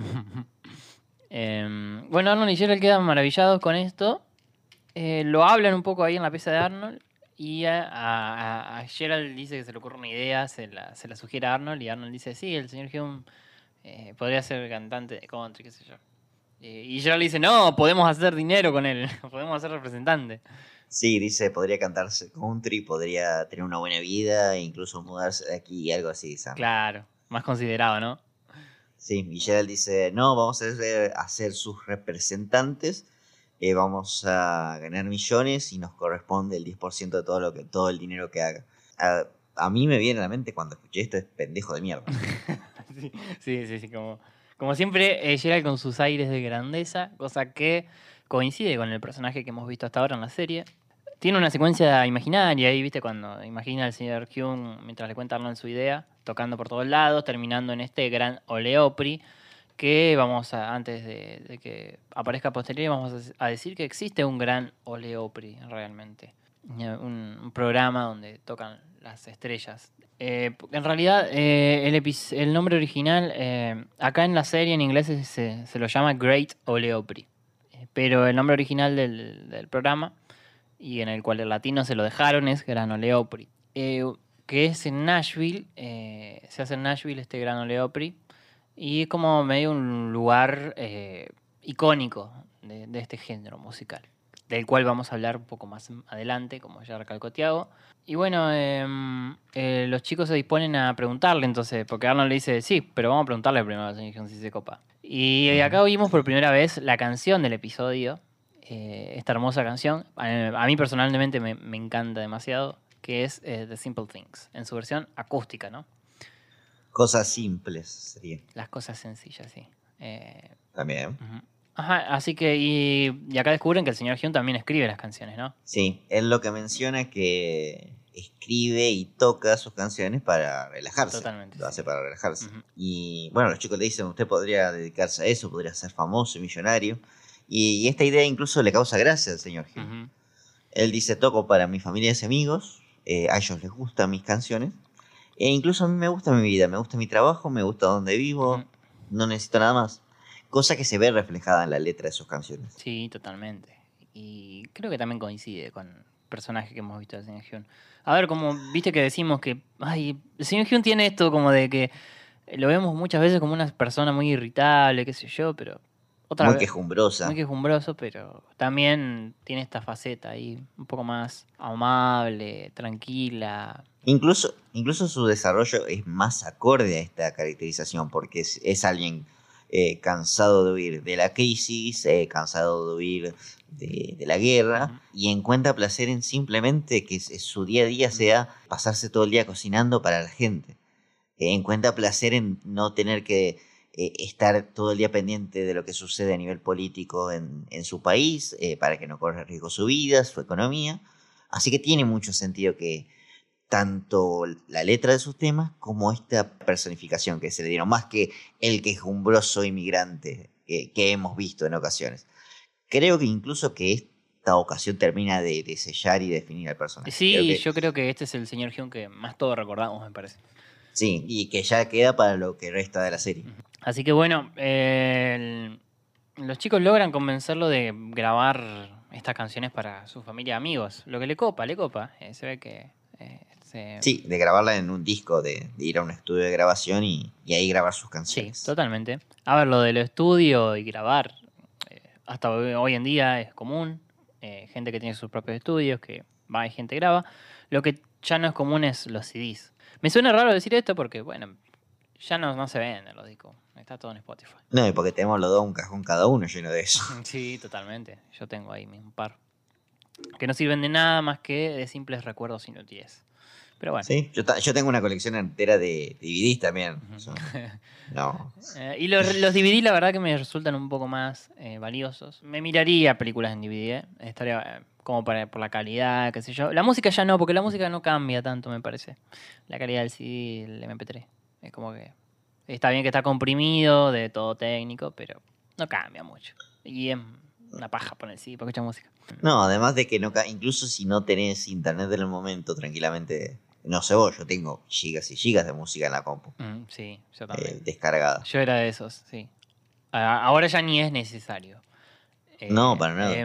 Bueno, Arnold y Gerald quedan maravillados con esto. Lo hablan un poco ahí en la pieza de Arnold. Y a Gerald dice que se le ocurre una idea, se la sugiere a Arnold. Y Arnold dice, sí, el señor Hume podría ser cantante de country, qué sé yo. Y Gerald dice, no, podemos hacer dinero con él, podemos hacer representante. Sí, dice, podría cantarse country, podría tener una buena vida e incluso mudarse de aquí, algo así. ¿Sabes? Claro, más considerado, ¿no? Sí, y Gerald dice, no, vamos a ser sus representantes, vamos a ganar millones y nos corresponde el 10% de todo el dinero que haga. A mí me viene a la mente cuando escuché esto, es pendejo de mierda. Sí, como siempre, Gerald con sus aires de grandeza, cosa que coincide con el personaje que hemos visto hasta ahora en la serie. Tiene una secuencia imaginaria ahí, ¿viste? Cuando imagina al señor Hume mientras le cuenta a Arnold su idea, tocando por todos lados, terminando en este gran Ole Opry, que antes de que aparezca posterior, vamos a decir que existe un gran Ole Opry realmente. Un programa donde tocan las estrellas. En realidad, el nombre original, acá en la serie en inglés se lo llama Great Ole Opry. Pero el nombre original del programa, y en el cual el latino se lo dejaron, es Gran Ole Opry. Que es en Nashville, se hace en Nashville este Gran Ole Opry, y es como medio un lugar icónico de este género musical, del cual vamos a hablar un poco más adelante, como ya recalcó Tiago. Y bueno, los chicos se disponen a preguntarle entonces, porque Arnold le dice, sí, pero vamos a preguntarle primero al señor Hume si se copa. Y acá oímos por primera vez la canción del episodio, esta hermosa canción. A mí personalmente me encanta demasiado, que es The Simple Things, en su versión acústica, ¿no? Cosas simples sería. Las cosas sencillas, sí. También. Uh-huh. Ajá, así que, y acá descubren que el señor Hume también escribe las canciones, ¿no? Sí, él lo que menciona que escribe y toca sus canciones para relajarse. Totalmente. Lo hace para relajarse. Uh-huh. Y bueno, los chicos le dicen, usted podría dedicarse a eso, podría ser famoso y millonario. Y esta idea incluso le causa gracia al señor Hume. Uh-huh. Él dice, toco para mi familia y amigos, a ellos les gustan mis canciones, e incluso a mí me gusta mi vida, me gusta mi trabajo, me gusta donde vivo, Uh-huh. no necesito nada más. Cosa que se ve reflejada en la letra de sus canciones. Sí, totalmente. Y creo que también coincide con el personaje que hemos visto del señor Hume. A ver, como viste que decimos que ay, el señor Hume tiene esto como de que lo vemos muchas veces como una persona muy irritable, qué sé yo, pero Muy quejumbrosa. Muy quejumbroso, pero también tiene esta faceta ahí un poco más amable, tranquila. Incluso su desarrollo es más acorde a esta caracterización, porque es alguien cansado de huir de la crisis, cansado de huir de la guerra, Uh-huh. y encuentra placer en simplemente que su día a día sea pasarse todo el día cocinando para la gente. Encuentra placer en no tener que estar todo el día pendiente de lo que sucede a nivel político en su país, para que no corra riesgo su vida, su economía. Así que tiene mucho sentido que tanto la letra de sus temas como esta personificación que se le dieron, más que el quejumbroso inmigrante que hemos visto en ocasiones. Creo que incluso que esta ocasión termina de sellar y definir al personaje. Sí, yo creo que este es el señor Hume que más todos recordamos, me parece. Sí, y que ya queda para lo que resta de la serie. Así que bueno, los chicos logran convencerlo de grabar estas canciones para su familia y amigos. Lo que le copa. Se ve que Sí, de grabarla en un disco, de ir a un estudio de grabación y ahí grabar sus Sí, canciones. totalmente. A ver, lo del estudio y grabar, hasta hoy en día es común. Gente que tiene sus propios estudios, que va y gente graba. Lo que ya no es común es los CDs. Me suena raro decir esto porque, bueno, ya no se venden los discos. Está todo en Spotify. No, y porque tenemos los dos un cajón cada uno lleno de eso. Sí, totalmente. Yo tengo ahí un par. Que no sirven de nada más que de simples recuerdos inútiles. Pero bueno. Sí, yo tengo una colección entera de DVDs también. No. Y los DVD la verdad que me resultan un poco más valiosos. Me miraría películas en DVD, estaría como por la calidad, qué sé yo. La música ya no, porque la música no cambia tanto, me parece. La calidad del CD, el MP3. Es como que está bien que está comprimido, de todo técnico, pero no cambia mucho. Y es una paja poner el CD para escuchar música. No, además de que incluso si no tenés internet en el momento, tranquilamente... No sé vos, yo tengo gigas y gigas de música en la compu. Sí, yo también. Descargada. Yo era de esos, sí. Ahora ya ni es necesario. No, para nada.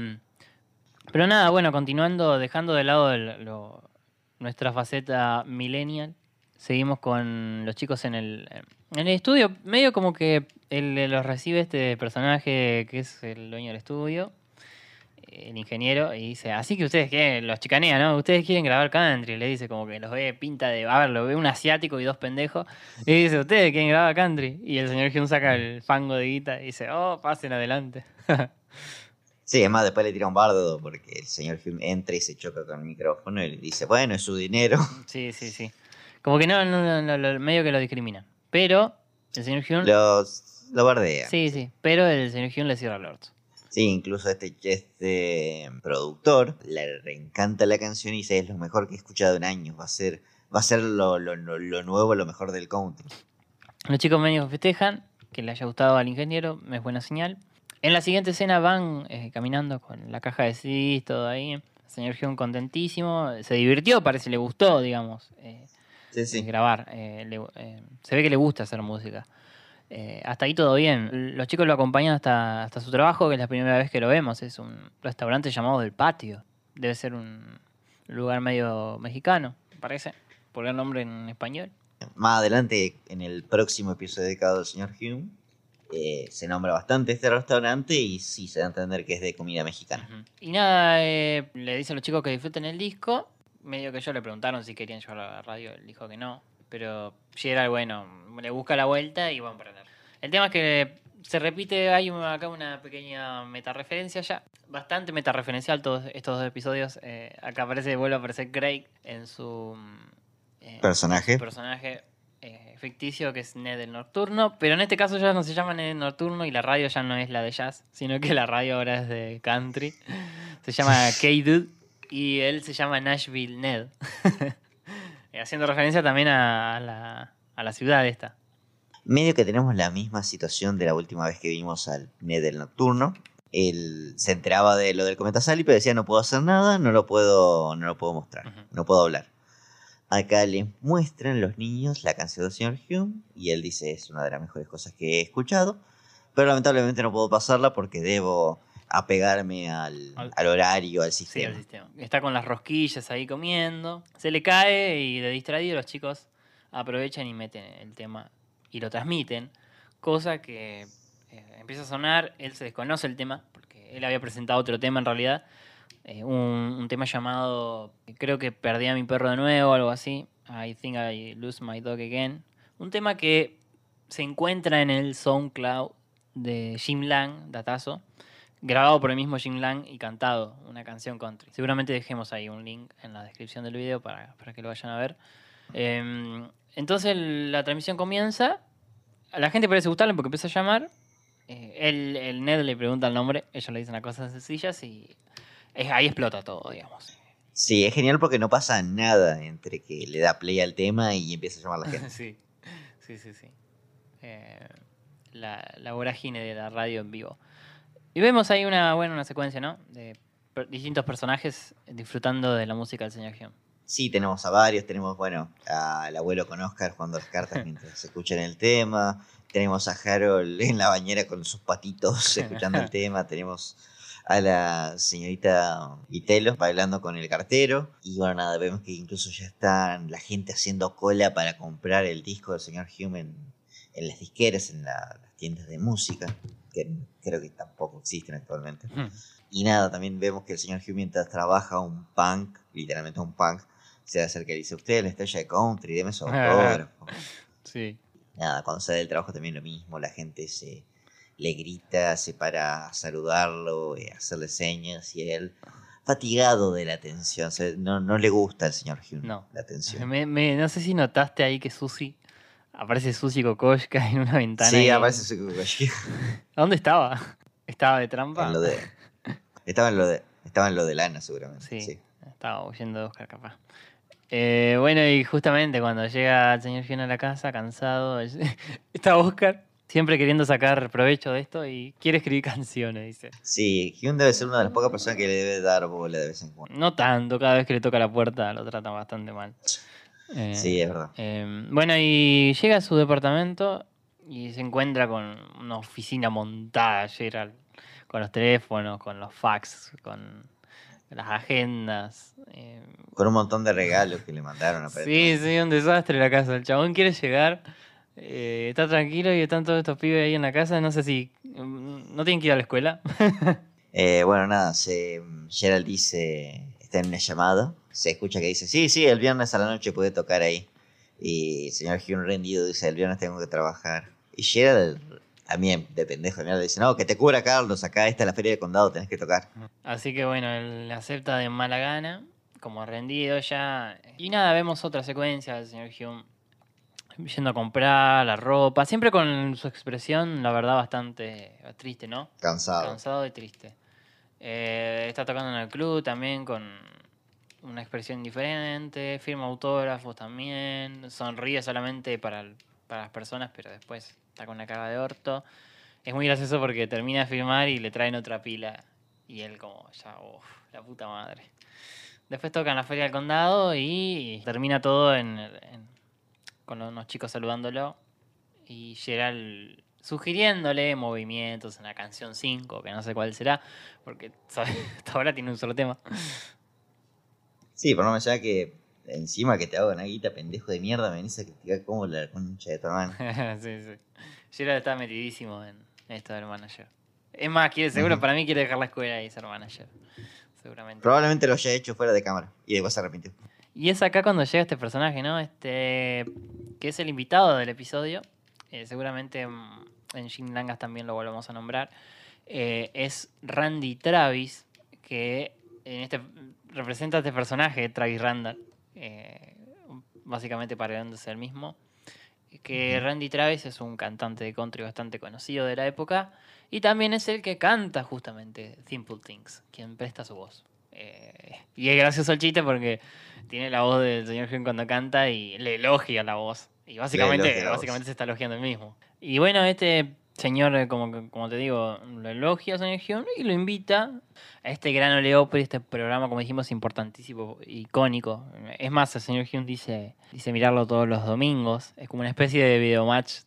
Pero nada, bueno, continuando, dejando de lado nuestra faceta millennial, seguimos con los chicos en el estudio. Medio como que los recibe este personaje que es el dueño del estudio, el ingeniero, y dice, así que ustedes quieren, los chicanea, ¿no? Ustedes quieren grabar country, le dice, como que los ve pinta de, a ver, lo ve un asiático y dos pendejos, y dice, ustedes quieren grabar country, y el señor Hyun saca el fango de guita y dice, oh, pasen adelante. Sí, además después le tira un bardo porque el señor Hyun entra y se choca con el micrófono y le dice, bueno, es su dinero. Sí. Como que no, medio que lo discrimina. Pero el señor Hyun... Lo bardea. Sí, pero el señor Hyun le cierra el orto. Sí, incluso este productor le reencanta la canción y dice, es lo mejor que he escuchado en años, va a ser lo nuevo, lo mejor del country. Los chicos medio festejan, que le haya gustado al ingeniero, es buena señal. En la siguiente escena van caminando con la caja de CDs, todo ahí. El señor Hyun contentísimo, se divirtió, parece, le gustó, digamos, sí. grabar. Se ve que le gusta hacer música. Hasta ahí todo bien. Los chicos lo acompañan hasta su trabajo, que es la primera vez que lo vemos. Es un restaurante llamado Del Patio. Debe ser un lugar medio mexicano, parece, por el nombre en español. Más adelante, en el próximo episodio dedicado al señor Hyun, se nombra bastante este restaurante y sí, se da a entender que es de comida mexicana. Uh-huh. Y nada, le dice a los chicos que disfruten el disco. Medio que ellos le preguntaron si querían llevarlo a la radio, él dijo que no. Pero Gerald, bueno, le busca la vuelta y van para allá. El tema es que se repite, hay acá una pequeña metareferencia ya. Bastante metareferencial todos estos dos episodios. Acá vuelve a aparecer Craig en su personaje ficticio, que es Ned el Nocturno. Pero en este caso ya no se llama Ned el Nocturno y la radio ya no es la de jazz, sino que la radio ahora es de country. Se llama K-Dude y él se llama Nashville Ned. Haciendo referencia también a la ciudad esta. Medio que tenemos la misma situación de la última vez que vimos al Ned del Nocturno. Él se enteraba de lo del cometa Sally, pero decía, no puedo hacer nada, no lo puedo mostrar, no puedo hablar. Acá le muestran los niños la canción del señor Hyun y él dice, es una de las mejores cosas que he escuchado, pero lamentablemente no puedo pasarla porque debo apegarme al horario, al sistema. Sí, al sistema. Está con las rosquillas ahí comiendo. Se le cae y de distraído los chicos aprovechan y meten el tema y lo transmiten. Cosa que empieza a sonar. Él se desconoce el tema porque él había presentado otro tema en realidad. Un tema llamado, creo que perdí a mi perro de nuevo o algo así. I think I lose my dog again. Un tema que se encuentra en el SoundCloud de Jim Lang, datazo. Grabado por el mismo Jim Lang y cantado, una canción country. Seguramente dejemos ahí un link en la descripción del video para que lo vayan a ver. Entonces la transmisión comienza. A la gente parece gustarle porque empieza a llamar. El Ned le pregunta el nombre, ellos le dicen las cosas sencillas y ahí explota todo, digamos. Sí, es genial porque no pasa nada entre que le da play al tema y empieza a llamar a la gente. Sí. La vorágine de la radio en vivo. Y vemos ahí una secuencia, ¿no? De distintos personajes disfrutando de la música del señor Hyun. Sí, tenemos a varios. Tenemos, al abuelo con Oscar jugando las cartas mientras se escuchan el tema. Tenemos a Harold en la bañera con sus patitos escuchando el tema. Tenemos a la señorita Vitelo bailando con el cartero. Y bueno, nada, vemos que incluso ya están la gente haciendo cola para comprar el disco del señor Hume en las disqueras, en las tiendas de música, que creo que tampoco existen actualmente. Y nada, también vemos que el señor Hume, mientras trabaja, un punk, literalmente un punk, se acerca y dice: usted es la estrella de country, deme su autógrafo. Sí. Nada, cuando sale del trabajo también lo mismo, la gente le grita, se para a saludarlo, a hacerle señas, y él, fatigado de la atención, no le gusta al señor Hume la atención. No sé si notaste ahí que aparece Susi Kokoschka en una ventana. Sí, aparece Susi Kokoschka. ¿Dónde estaba? ¿Estaba de trampa? Estaba en lo de Lana, seguramente. Sí. Estaba huyendo de Oscar, capaz. Bueno, y justamente cuando llega el señor Hume a la casa, cansado, está Oscar, siempre queriendo sacar provecho de esto y quiere escribir canciones, dice. Sí, Hume debe ser una de las pocas personas que le debe dar bola de vez en cuando. No tanto, cada vez que le toca la puerta lo tratan bastante mal. Sí, es verdad. Bueno, y llega a su departamento y se encuentra con una oficina montada, Gerald, con los teléfonos, con los fax, con las agendas. Con un montón de regalos que le mandaron. Sí, un desastre la casa. El chabón quiere llegar, está tranquilo y están todos estos pibes ahí en la casa. No sé si... ¿No tienen que ir a la escuela? Bueno, nada, Gerald dice... Está en una llamada. Se escucha que dice: sí, el viernes a la noche puede tocar ahí. Y el señor Hume, rendido, dice: el viernes tengo que trabajar. Y Gerald, a mí de pendejo de mierda, dice: no, que te cubra Carlos, acá está la feria del condado, tenés que tocar. Así que bueno, él acepta de mala gana, como rendido ya. Y nada, vemos otra secuencia del señor Hume yendo a comprar la ropa, siempre con su expresión, la verdad, bastante triste, ¿no? Cansado y triste. Está tocando en el club también con una expresión diferente, firma autógrafos también, sonríe solamente para las personas, pero después está con una cara de orto. Es muy gracioso porque termina de firmar y le traen otra pila y él como ya, la puta madre. Después toca en la feria del condado y termina todo con unos chicos saludándolo y Gerald sugiriéndole movimientos en la canción 5, que no sé cuál será, porque hasta ahora tiene un solo tema. Sí, por no mencionar que encima que te hago una guita, pendejo de mierda, me venís a criticar como la concha de tu hermano. Sí. Gerald está metidísimo en esto del manager. Es más, seguro para mí quiere dejar la escuela y ser manager. Seguramente. Probablemente lo haya hecho fuera de cámara y después se arrepintió. Y es acá cuando llega este personaje, ¿no? Que es el invitado del episodio. Seguramente en Jim Langas también lo volvemos a nombrar. Es Randy Travis, que representa a este personaje, Travis Randall, básicamente pareándose al mismo. Que Randy Travis es un cantante de country bastante conocido de la época y también es el que canta justamente Simple Things, quien presta su voz. Y es gracioso el chiste porque tiene la voz del señor Hume cuando canta y le elogia la voz. Y básicamente se está elogiando el mismo. Y bueno, este señor, como te digo, lo elogia a señor Hume y lo invita a este gran Ole Opry, este programa, como dijimos, importantísimo, icónico. Es más, el señor Hume dice mirarlo todos los domingos. Es como una especie de videomatch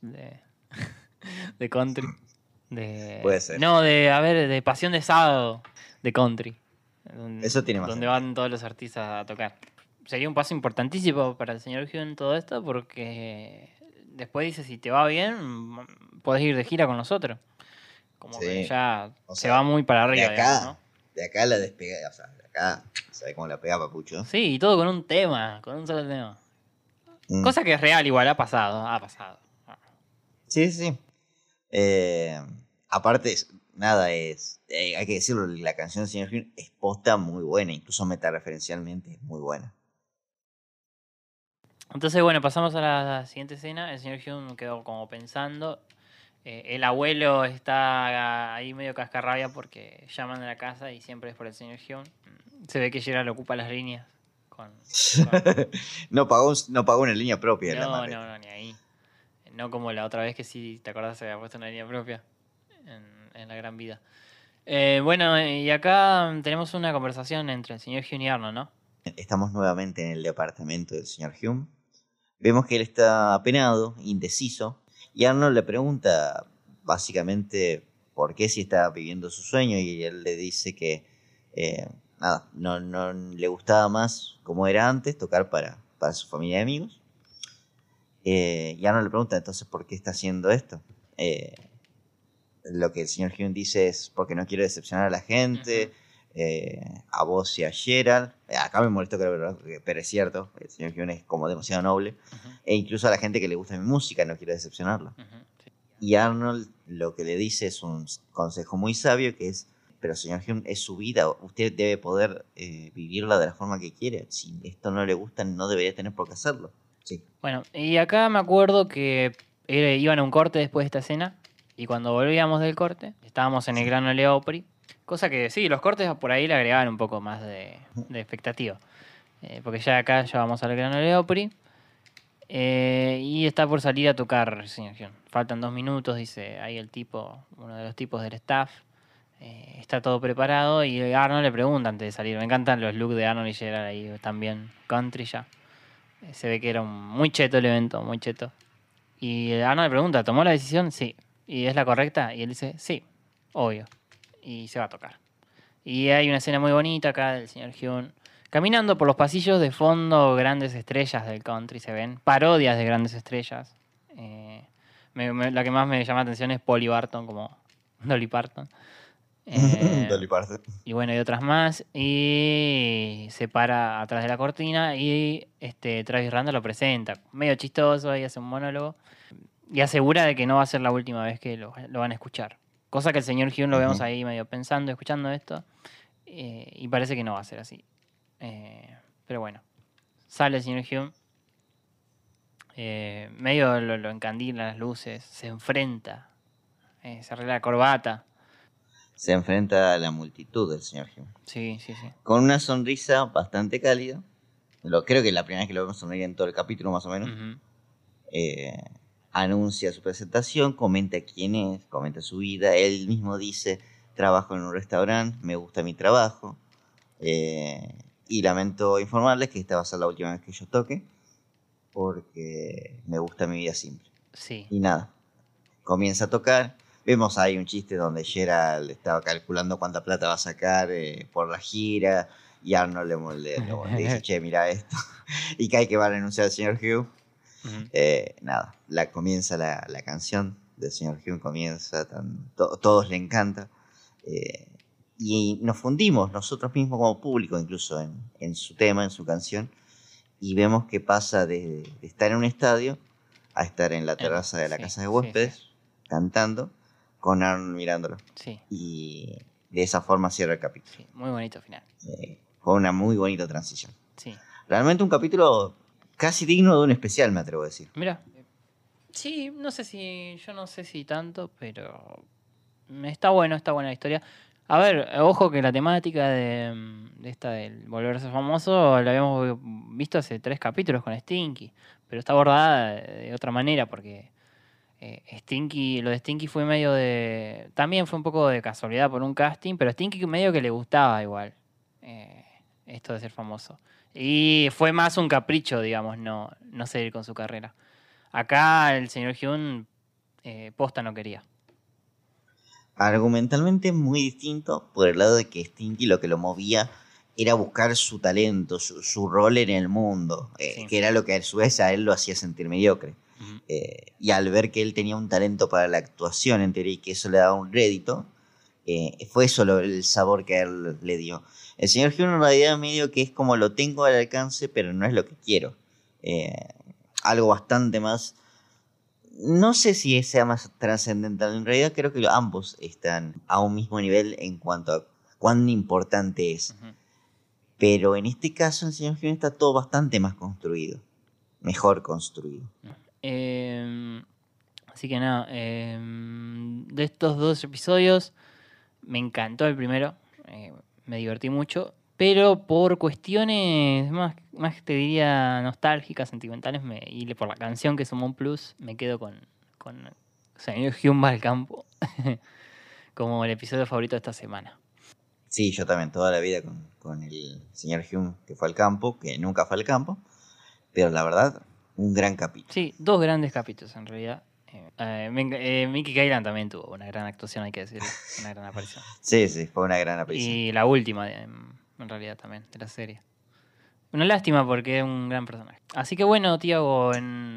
de country. Puede ser. No, de pasión de sábado de country. Eso tiene más donde sentido. van todos los artistas a tocar. Sería un paso importantísimo para el señor Hume todo esto porque después dice: si te va bien, podés ir de gira con nosotros. Como que ya se va muy para arriba. De acá la despega, de acá, ¿sabes cómo la pega Papucho? Sí, y todo con un solo tema. Cosa que es real, igual, ha pasado. Sí. Aparte, hay que decirlo, la canción del señor Hume es posta muy buena, incluso metareferencialmente es muy buena. Entonces, bueno, pasamos a la siguiente escena. El señor Hume quedó como pensando. El abuelo está ahí medio cascarrabia porque llaman a la casa y siempre es por el señor Hume. Se ve que Gerald ocupa las líneas. No pagó una línea propia. No, ni ahí. No como la otra vez que sí, ¿te acordás? Se había puesto una línea propia en La Gran Vida. Bueno, y acá tenemos una conversación entre el señor Hume y Arnold, ¿no? Estamos nuevamente en el departamento del señor Hume. Vemos que él está apenado, indeciso, y Arnold le pregunta básicamente por qué si estaba viviendo su sueño, y él le dice que nada, no le gustaba más como era antes tocar para su familia y amigos. Y Arnold le pregunta entonces por qué está haciendo esto. Lo que el señor Hume dice es porque no quiero decepcionar a la gente, a vos y a Gerald. Acá me molestó, pero es cierto, el señor Hume es como demasiado noble. E incluso a la gente que le gusta mi música no quiero decepcionarla. Sí. Y Arnold lo que le dice es un consejo muy sabio, que es: pero señor Hume, es su vida, usted debe poder vivirla de la forma que quiere. Si esto no le gusta, no debería tener por qué hacerlo. Sí. Bueno, y acá me acuerdo que iban a un corte después de esta escena, y cuando volvíamos del corte, estábamos en el Gran Ole Opry, cosa que sí, los cortes por ahí le agregaban un poco más de expectativa, porque ya acá ya vamos al Gran Ole Opry, y está por salir a tocar el señor Hume. Faltan 2 minutos, dice ahí el tipo, uno de los tipos del staff. Está todo preparado y Arnold le pregunta antes de salir. Me encantan los looks de Arnold y Gerald ahí también, country ya. Se ve que era muy cheto el evento, muy cheto. Y Arnold le pregunta, ¿tomó la decisión? Sí. ¿Y es la correcta? Y él dice, sí, obvio. Y se va a tocar. Y hay una escena muy bonita acá del señor Hume caminando por los pasillos, de fondo grandes estrellas del country se ven, parodias de grandes estrellas. La que más me llama la atención es Polly Barton, como Dolly Parton. Dolly Parton. Y bueno, hay otras más. Y se para atrás de la cortina y Travis Randall lo presenta. Medio chistoso, ahí hace un monólogo. Y asegura de que no va a ser la última vez que lo van a escuchar. Cosa que el señor Hume lo vemos ahí medio pensando, escuchando esto. Y parece que no va a ser así. Pero bueno, sale el señor Hume. Medio lo encandilan las luces. Se enfrenta. Se arregla la corbata. Se enfrenta a la multitud del señor Hume. Sí. Con una sonrisa bastante cálida. Creo que es la primera vez que lo vemos sonreír en todo el capítulo, más o menos. Uh-huh. Anuncia su presentación, comenta quién es, comenta su vida. Él mismo dice: trabajo en un restaurante, me gusta mi trabajo. Y lamento informarles que esta va a ser la última vez que yo toque, porque me gusta mi vida simple. Sí. Y nada, comienza a tocar. Vemos ahí un chiste donde Gerald estaba calculando cuánta plata va a sacar por la gira, y Arnold le dice: che, mira esto. Y que va a renunciar al señor Hume. Uh-huh. Nada, comienza la canción del señor Hume, comienza, todos le encanta. Y nos fundimos nosotros mismos como público, incluso en su tema, en su canción. Y vemos que pasa de estar en un estadio a estar en la terraza de la casa de huéspedes, cantando, con Arnold mirándolo. Sí. Y de esa forma cierra el capítulo. Sí, muy bonito final. Fue una muy bonita transición. Sí. Realmente un capítulo casi digno de un especial, me atrevo a decir. Mira. Sí, yo no sé si tanto, pero está buena la historia. A ver, ojo que la temática de esta del volverse famoso la habíamos visto hace 3 capítulos con Stinky, pero está abordada de otra manera, porque lo de Stinky fue medio de... También fue un poco de casualidad por un casting, pero Stinky medio que le gustaba igual esto de ser famoso. Y fue más un capricho, digamos, no seguir con su carrera. Acá el señor Hume posta no quería. Argumentalmente muy distinto, por el lado de que Stinky lo que lo movía era buscar su talento, su rol en el mundo, que era lo que a su vez a él lo hacía sentir mediocre. Uh-huh. Y al ver que él tenía un talento para la actuación, en teoría, y que eso le daba un rédito, fue eso el sabor que a él le dio. El señor Hume en realidad medio que es como: lo tengo al alcance, pero no es lo que quiero. Algo bastante más... No sé si sea más trascendental. En realidad creo que ambos están a un mismo nivel en cuanto a cuán importante es. Uh-huh. Pero en este caso el señor Hume está todo bastante más construido. Mejor construido. Así que nada. De estos 2 episodios me encantó el primero. Me divertí mucho. Pero por cuestiones más te diría nostálgicas, sentimentales, y por la canción que sumó un plus, me quedo con señor Hume va al campo como el episodio favorito de esta semana. Sí, yo también, toda la vida con el señor Hume que fue al campo, que nunca fue al campo, pero la verdad, un gran capítulo. Sí, 2 grandes capítulos en realidad. Mickey Guyland también tuvo una gran actuación, hay que decirlo. Una gran aparición. Sí, fue una gran aparición. Y la última, en realidad, también, de la serie. Una lástima porque es un gran personaje. Así que bueno, Tiago,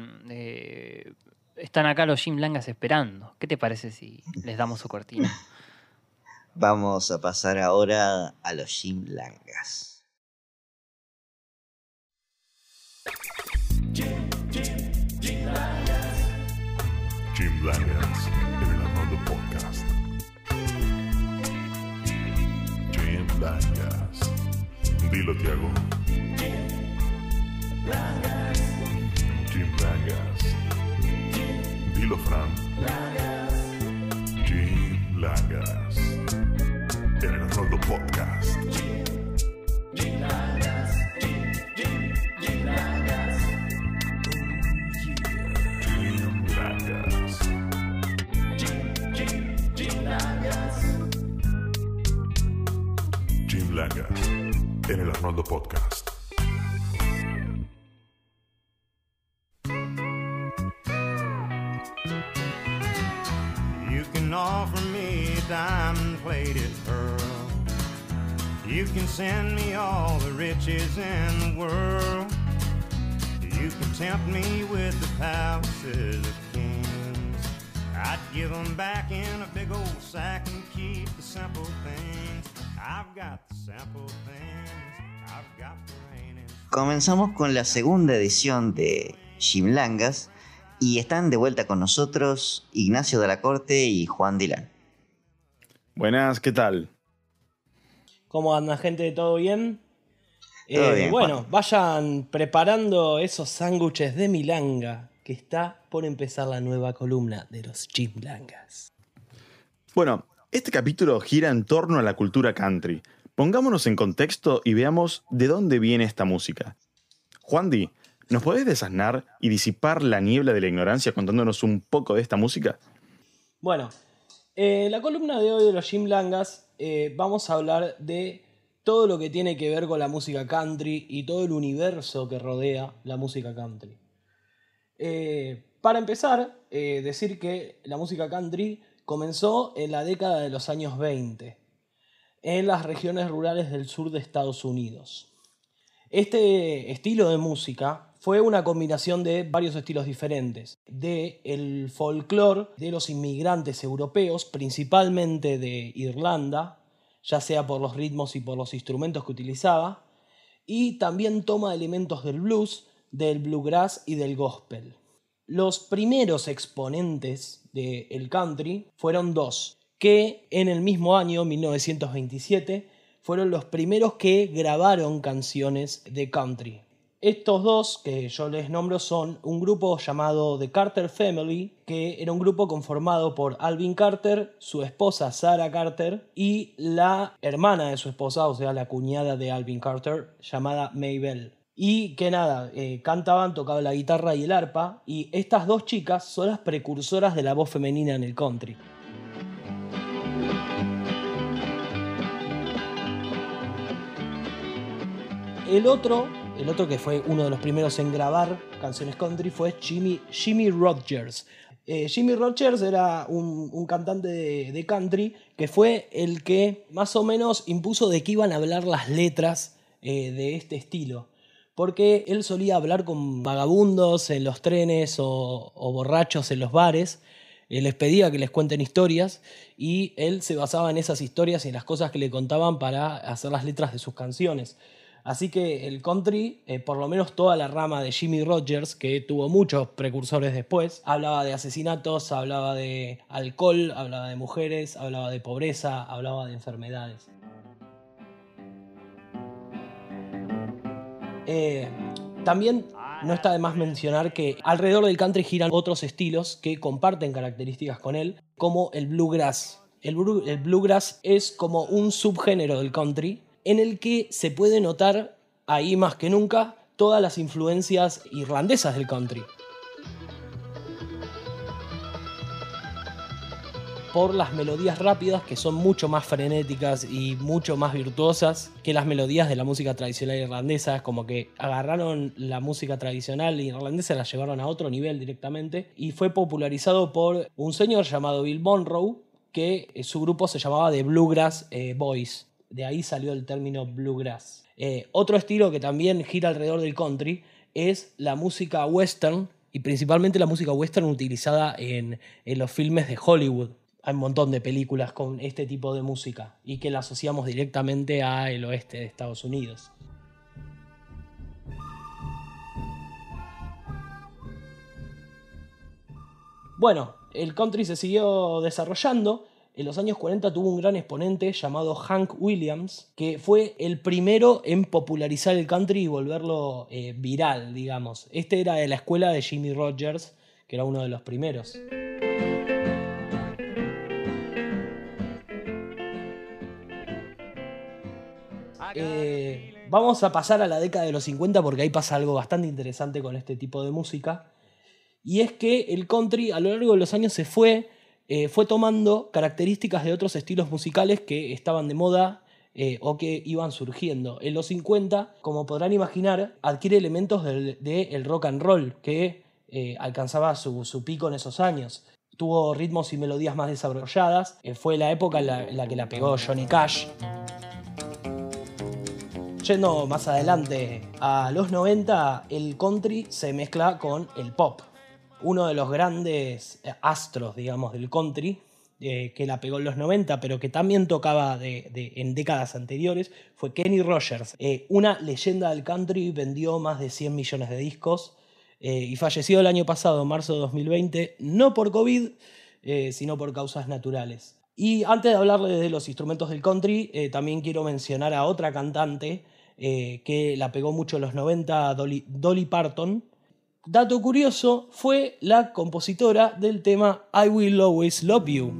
están acá los Jim Langas esperando. ¿Qué te parece si les damos su cortina? Vamos a pasar ahora a los Jim Langas. Jim Langas en el Arnoldo Podcast. Jim Langas. Dilo, Tiago. Jim Langas. Dilo, Fran. Jim Langas en el Arnoldo Podcast. Jim Langas. Jim Langas. Jim Langas. Jim Langas en el Arnoldo Podcast. You can offer me a diamond-plated pearl. You can send me all the riches in the world. You can tempt me with the palaces of kings. I'd give them back in a big old sack and keep the simple things. I've got the simple things. I've got the rain and... Comenzamos con la segunda edición de Jim Langas y están de vuelta con nosotros Ignacio de la Corte y Juan Dylan. Buenas, ¿qué tal? ¿Cómo anda, gente? ¿Todo bien? Todo bien, bueno, Juan. vayan preparando esos sándwiches de milanga, que está por empezar la nueva columna de los Jim Langas. Bueno, este capítulo gira en torno a la cultura country. Pongámonos en contexto y veamos de dónde viene esta música. Juandi, ¿nos podés desasnar y disipar la niebla de la ignorancia contándonos un poco de esta música? Bueno, la columna de hoy de los Jim Langas vamos a hablar de todo lo que tiene que ver con la música country y todo el universo que rodea la música country. Para empezar, decir que la música country comenzó en la década de los años 20 en las regiones rurales del sur de Estados Unidos. Este estilo de música fue una combinación de varios estilos diferentes, del folclore de los inmigrantes europeos, principalmente de Irlanda, ya sea por los ritmos y por los instrumentos que utilizaba, y también toma elementos del blues, del bluegrass y del gospel. Los primeros exponentes del country fueron dos, que en el mismo año, 1927, fueron los primeros que grabaron canciones de country. Estos dos que yo les nombro son un grupo llamado The Carter Family, que era un grupo conformado por Alvin Carter, su esposa Sarah Carter y la hermana de su esposa, o sea, la cuñada de Alvin Carter, llamada Maybelle. Y que nada, cantaban, tocaban la guitarra y el arpa, y estas dos chicas son las precursoras de la voz femenina en el country. El otro que fue uno de los primeros en grabar canciones country fue Jimmy Rogers. Jimmy Rogers era un cantante de country que fue el que más o menos impuso de qué iban a hablar las letras de este estilo. Porque él solía hablar con vagabundos en los trenes o borrachos en los bares. Les pedía que les cuenten historias y él se basaba en esas historias y en las cosas que le contaban para hacer las letras de sus canciones. Así que el country, por lo menos toda la rama de Jimmy Rogers, que tuvo muchos precursores después, hablaba de asesinatos, hablaba de alcohol, hablaba de mujeres, hablaba de pobreza, hablaba de enfermedades. También no está de más mencionar que alrededor del country giran otros estilos que comparten características con él, como el bluegrass. El bluegrass es como un subgénero del country, en el que se puede notar, ahí más que nunca, todas las influencias irlandesas del country. por las melodías rápidas, que son mucho más frenéticas y mucho más virtuosas que las melodías de la música tradicional irlandesa. Es como que agarraron la música tradicional irlandesa y la llevaron a otro nivel directamente, y fue popularizado por un señor llamado Bill Monroe, que su grupo se llamaba The Bluegrass Boys. De ahí salió el término bluegrass. Otro estilo que también gira alrededor del country es la música western, y principalmente la música western utilizada en los filmes de Hollywood. Hay un montón de películas con este tipo de música y que la asociamos directamente al oeste de Estados Unidos. Bueno, el country se siguió desarrollando. En los años 40 tuvo un gran exponente llamado Hank Williams, que fue el primero en popularizar el country y volverlo viral, digamos. Este era de la escuela de Jimmie Rodgers, que era uno de los primeros. Vamos a pasar a la década de los 50 porque ahí pasa algo bastante interesante con este tipo de música. Y es que el country a lo largo de los años se fue tomando características de otros estilos musicales que estaban de moda o que iban surgiendo. En los 50, como podrán imaginar, adquiere elementos del rock and roll que alcanzaba su pico en esos años. Tuvo ritmos y melodías más desarrolladas. Fue la época en la que la pegó Johnny Cash. Yendo más adelante, a los 90, el country se mezcla con el pop. Uno de los grandes astros, digamos, del country, que la pegó en los 90, pero que también tocaba en décadas anteriores, fue Kenny Rogers. Una leyenda del country, vendió más de 100 millones de discos y falleció el año pasado, en marzo de 2020, no por COVID, sino por causas naturales. Y antes de hablarles de los instrumentos del country, también quiero mencionar a otra cantante que la pegó mucho en los 90, Dolly Parton. Dato curioso, fue la compositora del tema I Will Always Love You.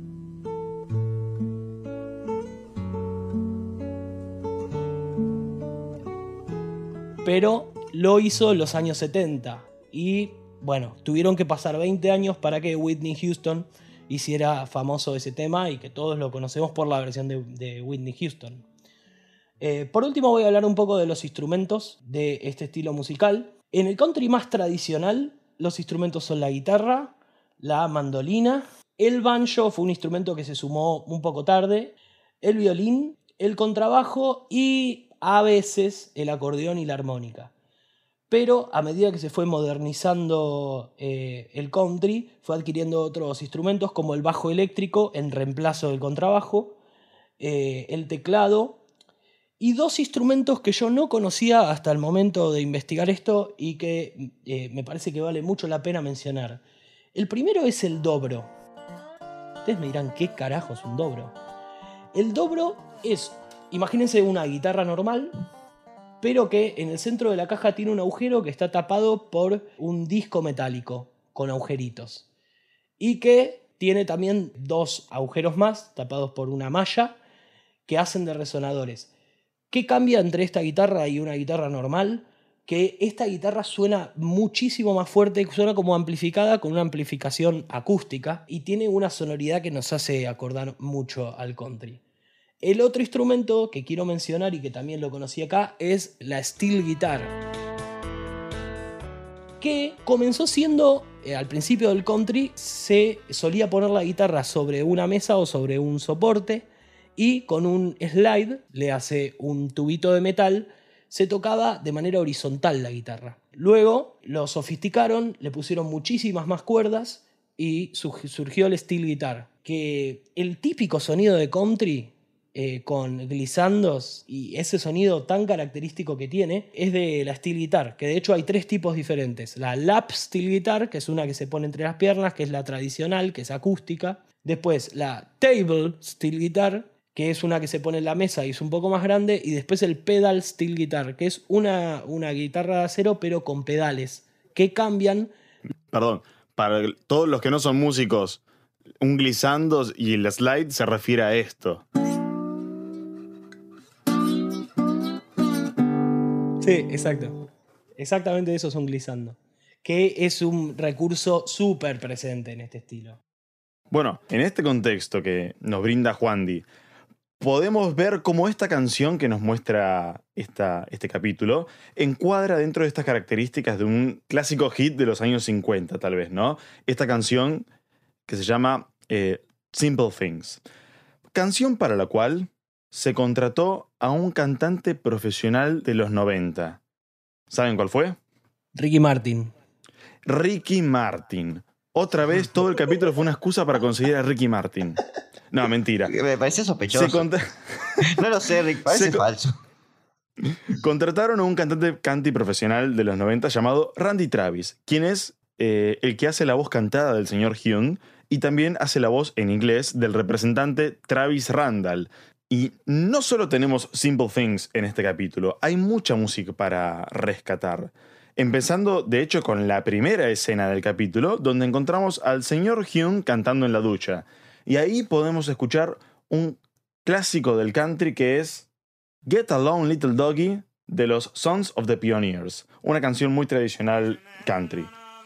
Pero lo hizo en los años 70 y bueno, tuvieron que pasar 20 años para que Whitney Houston hiciera famoso ese tema y que todos lo conocemos por la versión de Whitney Houston. Por último voy a hablar un poco de los instrumentos de este estilo musical. En el country más tradicional, los instrumentos son la guitarra, la mandolina, el banjo fue un instrumento que se sumó un poco tarde, el violín, el contrabajo y a veces el acordeón y la armónica. Pero a medida que se fue modernizando el country, fue adquiriendo otros instrumentos como el bajo eléctrico en reemplazo del contrabajo, el teclado, y dos instrumentos que yo no conocía hasta el momento de investigar esto y que me parece que vale mucho la pena mencionar. El primero es el dobro. Ustedes me dirán, ¿qué carajo es un dobro? El dobro es, imagínense una guitarra normal, pero que en el centro de la caja tiene un agujero que está tapado por un disco metálico con agujeritos. Y que tiene también dos agujeros más tapados por una malla que hacen de resonadores. ¿Qué cambia entre esta guitarra y una guitarra normal? Que esta guitarra suena muchísimo más fuerte, suena como amplificada con una amplificación acústica y tiene una sonoridad que nos hace acordar mucho al country. El otro instrumento que quiero mencionar y que también lo conocí acá es la steel guitar, que comenzó siendo, al principio del country, se solía poner la guitarra sobre una mesa o sobre un soporte, y con un slide, le hace un tubito de metal, se tocaba de manera horizontal la guitarra. Luego lo sofisticaron, le pusieron muchísimas más cuerdas y surgió el steel guitar, que el típico sonido de country con glissandos y ese sonido tan característico que tiene es de la steel guitar, que de hecho hay tres tipos diferentes. La lap steel guitar, que es una que se pone entre las piernas, que es la tradicional, que es acústica. Después la table steel guitar, que es una que se pone en la mesa y es un poco más grande, y después el pedal steel guitar, que es una guitarra de acero pero con pedales, que cambian. Perdón, para todos los que no son músicos, un glissando y el slide se refiere a esto. Sí, exacto. Exactamente eso es un glissando, que es un recurso súper presente en este estilo. Bueno, en este contexto que nos brinda Juandi, podemos ver cómo esta canción que nos muestra este capítulo encuadra dentro de estas características de un clásico hit de los años 50, tal vez, ¿no? Esta canción que se llama Simple Things. Canción para la cual se contrató a un cantante profesional de los 90. ¿Saben cuál fue? Ricky Martin. Ricky Martin. Otra vez todo el capítulo fue una excusa para conseguir a Ricky Martin. No, mentira. Me parece sospechoso. No lo sé, Rick, parece falso. Contrataron a un cantante country profesional de los 90 llamado Randy Travis, quien es el que hace la voz cantada del señor Hyun y también hace la voz en inglés del representante Travis Randall. Y no solo tenemos Simple Things en este capítulo, hay mucha música para rescatar. Empezando, de hecho, con la primera escena del capítulo, donde encontramos al señor Hyun cantando en la ducha. Y ahí podemos escuchar un clásico del country que es Get Along Little Doggy de los Sons of the Pioneers, una canción muy tradicional country.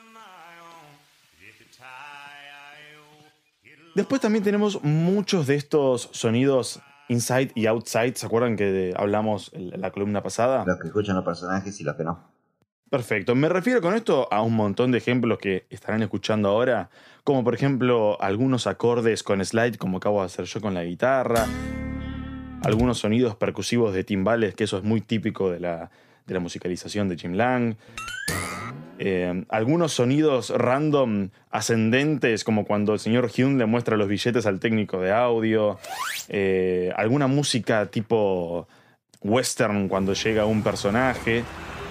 Después también tenemos muchos de estos sonidos inside y outside. ¿Se acuerdan que hablamos en la columna pasada? Los que escuchan los personajes y los que no. Perfecto. Me refiero con esto a un montón de ejemplos que estarán escuchando ahora, como por ejemplo algunos acordes con slide, como acabo de hacer yo con la guitarra, algunos sonidos percusivos de timbales, que eso es muy típico de la musicalización de Jim Lang. Algunos sonidos random ascendentes, como cuando el señor Hyun le muestra los billetes al técnico de audio. Alguna música tipo western cuando llega un personaje.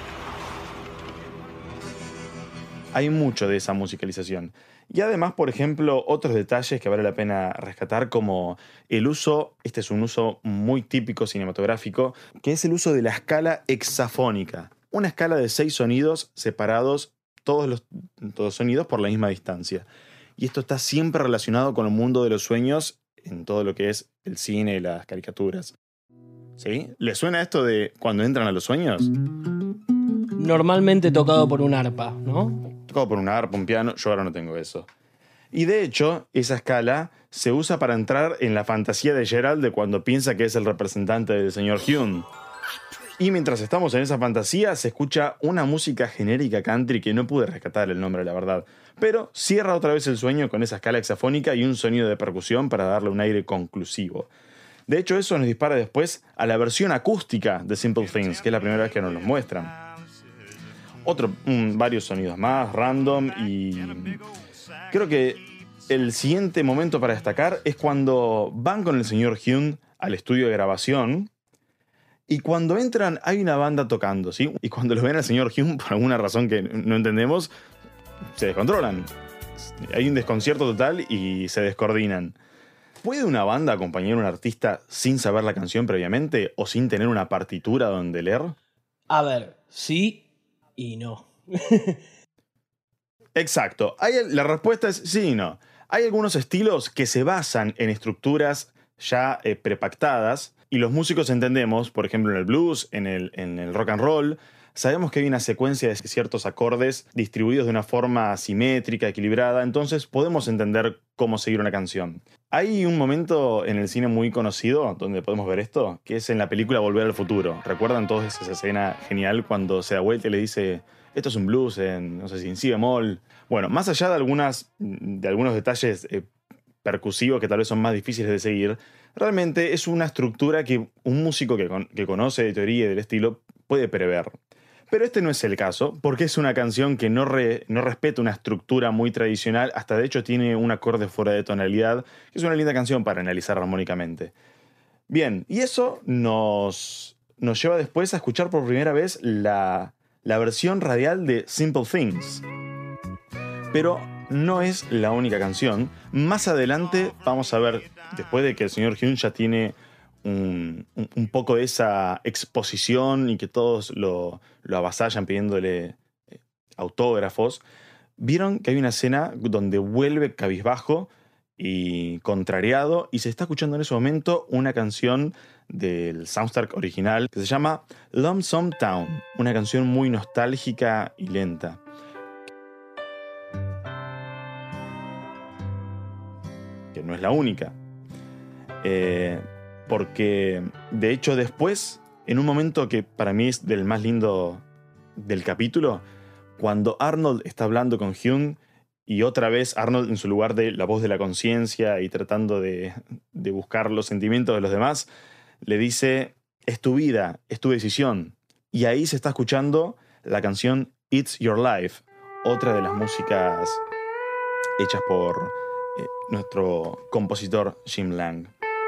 Hay mucho de esa musicalización. Y además, por ejemplo, otros detalles que vale la pena rescatar, como el uso, este es un uso muy típico cinematográfico, que es el uso de la escala hexafónica. Una escala de 6 sonidos separados, todos los sonidos por la misma distancia. Y esto está siempre relacionado con el mundo de los sueños en todo lo que es el cine y las caricaturas. ¿Sí? ¿Les suena esto de cuando entran a los sueños? Normalmente tocado por un arpa, ¿no? Tocado por un arpa, un piano. Yo ahora no tengo eso. Y de hecho, esa escala se usa para entrar en la fantasía de Gerald de cuando piensa que es el representante del señor Hyun. Y mientras estamos en esa fantasía, se escucha una música genérica country que no pude rescatar el nombre, la verdad. Pero cierra otra vez el sueño con esa escala hexafónica y un sonido de percusión para darle un aire conclusivo. De hecho, eso nos dispara después a la versión acústica de Simple Things, que es la primera vez que nos lo muestran. Varios sonidos más, random, y creo que el siguiente momento para destacar es cuando van con el señor Hyun al estudio de grabación y cuando entran hay una banda tocando, ¿sí? Y cuando lo ven al señor Hyun, por alguna razón que no entendemos, se descontrolan. Hay un desconcierto total y se descoordinan. ¿Puede una banda acompañar a un artista sin saber la canción previamente o sin tener una partitura donde leer? A ver, sí y no. Exacto. La respuesta es sí y no. Hay algunos estilos que se basan en estructuras ya prepactadas y los músicos entendemos, por ejemplo en el blues, en el rock and roll, sabemos que hay una secuencia de ciertos acordes distribuidos de una forma simétrica, equilibrada, entonces podemos entender cómo seguir una canción. Hay un momento en el cine muy conocido donde podemos ver esto, que es en la película Volver al Futuro. ¿Recuerdan todos esa escena genial cuando se da vuelta y le dice esto es un blues no sé si en si bemol? Bueno, más allá de algunos detalles percusivos que tal vez son más difíciles de seguir, realmente es una estructura que un músico que conoce de teoría y del estilo puede prever. Pero este no es el caso, porque es una canción que no respeta una estructura muy tradicional, hasta de hecho tiene un acorde fuera de tonalidad, que es una linda canción para analizar armónicamente. Bien, y eso nos lleva después a escuchar por primera vez la versión radial de Simple Things. Pero no es la única canción. Más adelante vamos a ver, después de que el señor Hyun ya tiene un poco de esa exposición y que todos lo avasallan pidiéndole autógrafos, vieron que hay una escena donde vuelve cabizbajo y contrariado y se está escuchando en ese momento una canción del soundtrack original que se llama Lonesome Town, una canción muy nostálgica y lenta. es la única. Porque de hecho después, en un momento que para mí es del más lindo del capítulo, cuando Arnold está hablando con Hyun y otra vez Arnold en su lugar de la voz de la conciencia y tratando de buscar los sentimientos de los demás, le dice, es tu vida, es tu decisión. Y ahí se está escuchando la canción It's Your Life, otra de las músicas hechas por nuestro compositor Jim Lang.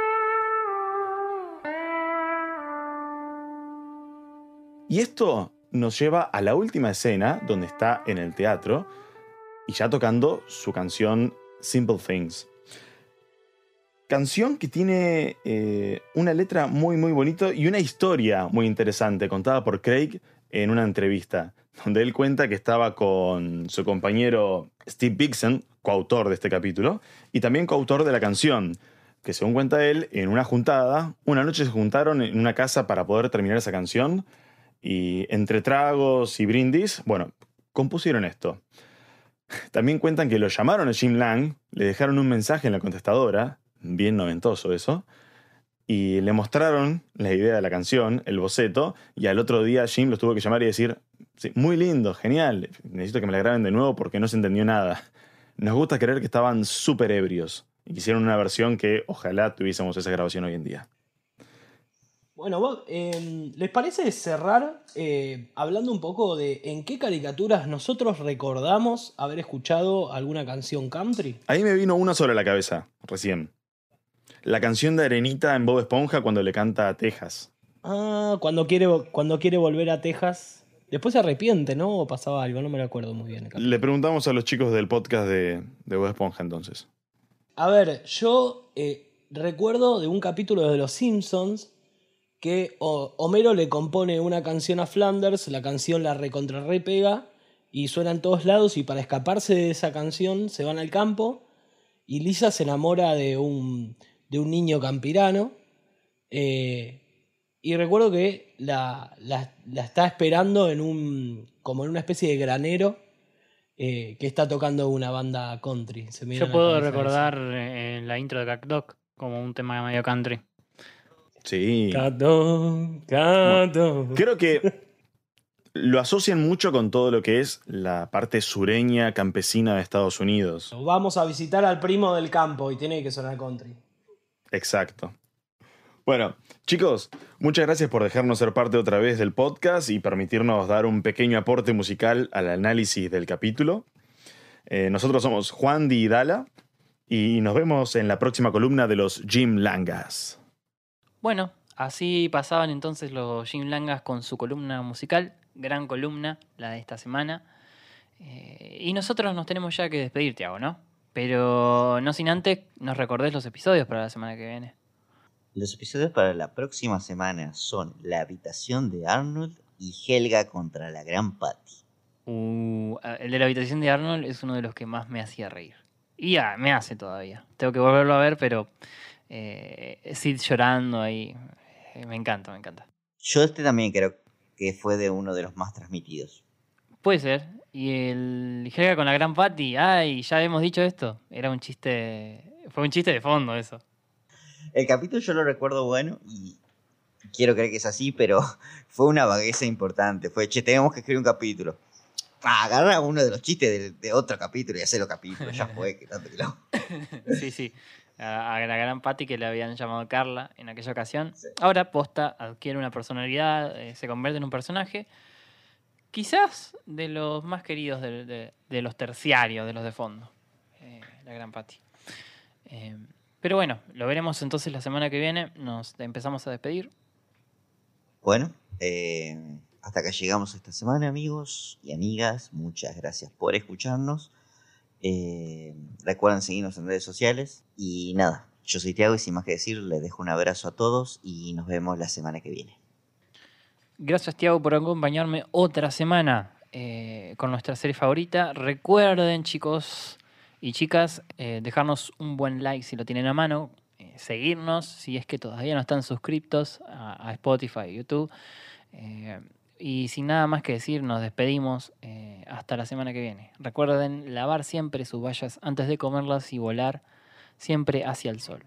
Y esto nos lleva a la última escena, donde está en el teatro y ya tocando su canción Simple Things. Canción que tiene una letra muy muy bonita y una historia muy interesante contada por Craig en una entrevista, donde él cuenta que estaba con su compañero Steve Vixen, coautor de este capítulo, y también coautor de la canción, que según cuenta él, en una juntada, una noche se juntaron en una casa para poder terminar esa canción, y entre tragos y brindis, bueno, compusieron esto. También cuentan que lo llamaron a Jim Lang, le dejaron un mensaje en la contestadora, bien noventoso eso, y le mostraron la idea de la canción, el boceto, y al otro día Jim los tuvo que llamar y decir, sí, muy lindo, genial, necesito que me la graben de nuevo porque no se entendió nada. Nos gusta creer que estaban súper ebrios y quisieron una versión que ojalá tuviésemos esa grabación hoy en día. Bueno, ¿les parece cerrar hablando un poco de en qué caricaturas nosotros recordamos haber escuchado alguna canción country? Ahí me vino una sola a la cabeza, recién. La canción de Arenita en Bob Esponja cuando le canta a Texas. Ah, cuando quiere volver a Texas. Después se arrepiente, ¿no? O pasaba algo, no me lo acuerdo muy bien. Le preguntamos a los chicos del podcast de Bob Esponja entonces. A ver, yo recuerdo de un capítulo de Los Simpsons que Homero le compone una canción a Flanders, la canción la recontra repega y suena en todos lados, y para escaparse de esa canción se van al campo y Lisa se enamora de un niño campirano, y recuerdo que la está esperando como en una especie de granero, que está tocando una banda country. Yo puedo recordar la intro de Cat Dog como un tema medio country. Sí. Cat Dog, Cat Dog. Creo que lo asocian mucho con todo lo que es la parte sureña, campesina de Estados Unidos. Vamos a visitar al primo del campo y tiene que sonar country. Exacto. Bueno, chicos, muchas gracias por dejarnos ser parte otra vez del podcast y permitirnos dar un pequeño aporte musical al análisis del capítulo. Nosotros somos Juan Di y Dala y nos vemos en la próxima columna de los Jim Langas. Bueno, así pasaban entonces los Jim Langas con su columna musical, gran columna, la de esta semana. Y nosotros nos tenemos ya que despedir, Tiago, ¿no? Pero no sin antes nos recordés los episodios para la semana que viene. Los episodios para la próxima semana son La habitación de Arnold y Helga contra la gran Patty. El de la habitación de Arnold es uno de los que más me hacía reír. Y me hace todavía. Tengo que volverlo a ver, pero Sid llorando ahí. Me encanta, me encanta. Yo también creo que fue de uno de los más transmitidos. Puede ser. Y el Helga con la gran Patty, ya hemos dicho esto. Era un chiste. Fue un chiste de fondo eso. El capítulo yo lo recuerdo bueno y quiero creer que es así, pero fue una vagueza importante. Fue, tenemos que escribir un capítulo. Agarra uno de los chistes de otro capítulo y hacerlo capítulo. Ya fue, que tanto que lo... Sí. A la gran Patty, que le habían llamado Carla en aquella ocasión. Sí. Ahora posta adquiere una personalidad, se convierte en un personaje quizás de los más queridos de los terciarios, de los de fondo, la gran Patty. Pero bueno, lo veremos entonces la semana que viene. Nos empezamos a despedir. Bueno, hasta acá llegamos esta semana, amigos y amigas. Muchas gracias por escucharnos. Recuerden seguirnos en redes sociales. Y nada, yo soy Tiago y sin más que decir, les dejo un abrazo a todos y nos vemos la semana que viene. Gracias, Tiago, por acompañarme otra semana con nuestra serie favorita. Recuerden, chicos y chicas, dejarnos un buen like si lo tienen a mano, seguirnos si es que todavía no están suscriptos a Spotify y YouTube. Y sin nada más que decir, nos despedimos hasta la semana que viene. Recuerden lavar siempre sus bayas antes de comerlas y volar siempre hacia el sol.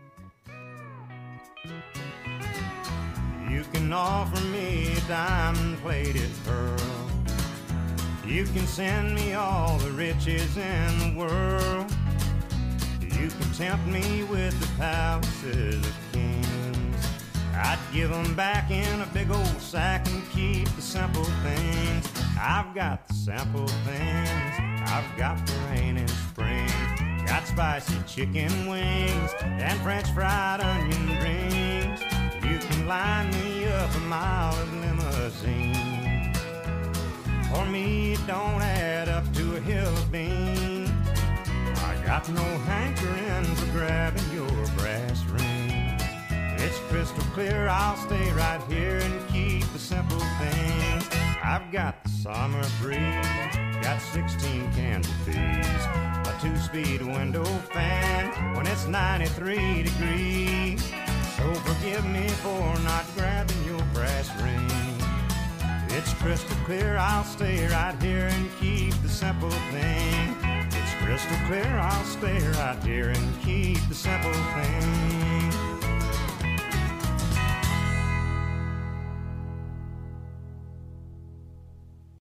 You can offer me a diamond-plated pearl. You can send me all the riches in the world. You can tempt me with the palaces of kings. I'd give them back in a big old sack and keep the simple things. I've got the simple things. I've got the rain in spring. Got spicy chicken wings and French fried onion rings. You can line me up a mile of limousine. For me, it don't add up to a hill of beans. I got no hankering for grabbing your brass ring. It's crystal clear, I'll stay right here and keep the simple things. I've got the summer breeze, got 16 cans of bees, a 2-speed window fan when it's 93 degrees. So forgive me for not grabbing your brass ring. It's crystal clear, I'll stay right here and keep the simple thing. It's crystal clear, I'll stay right here and keep the simple thing.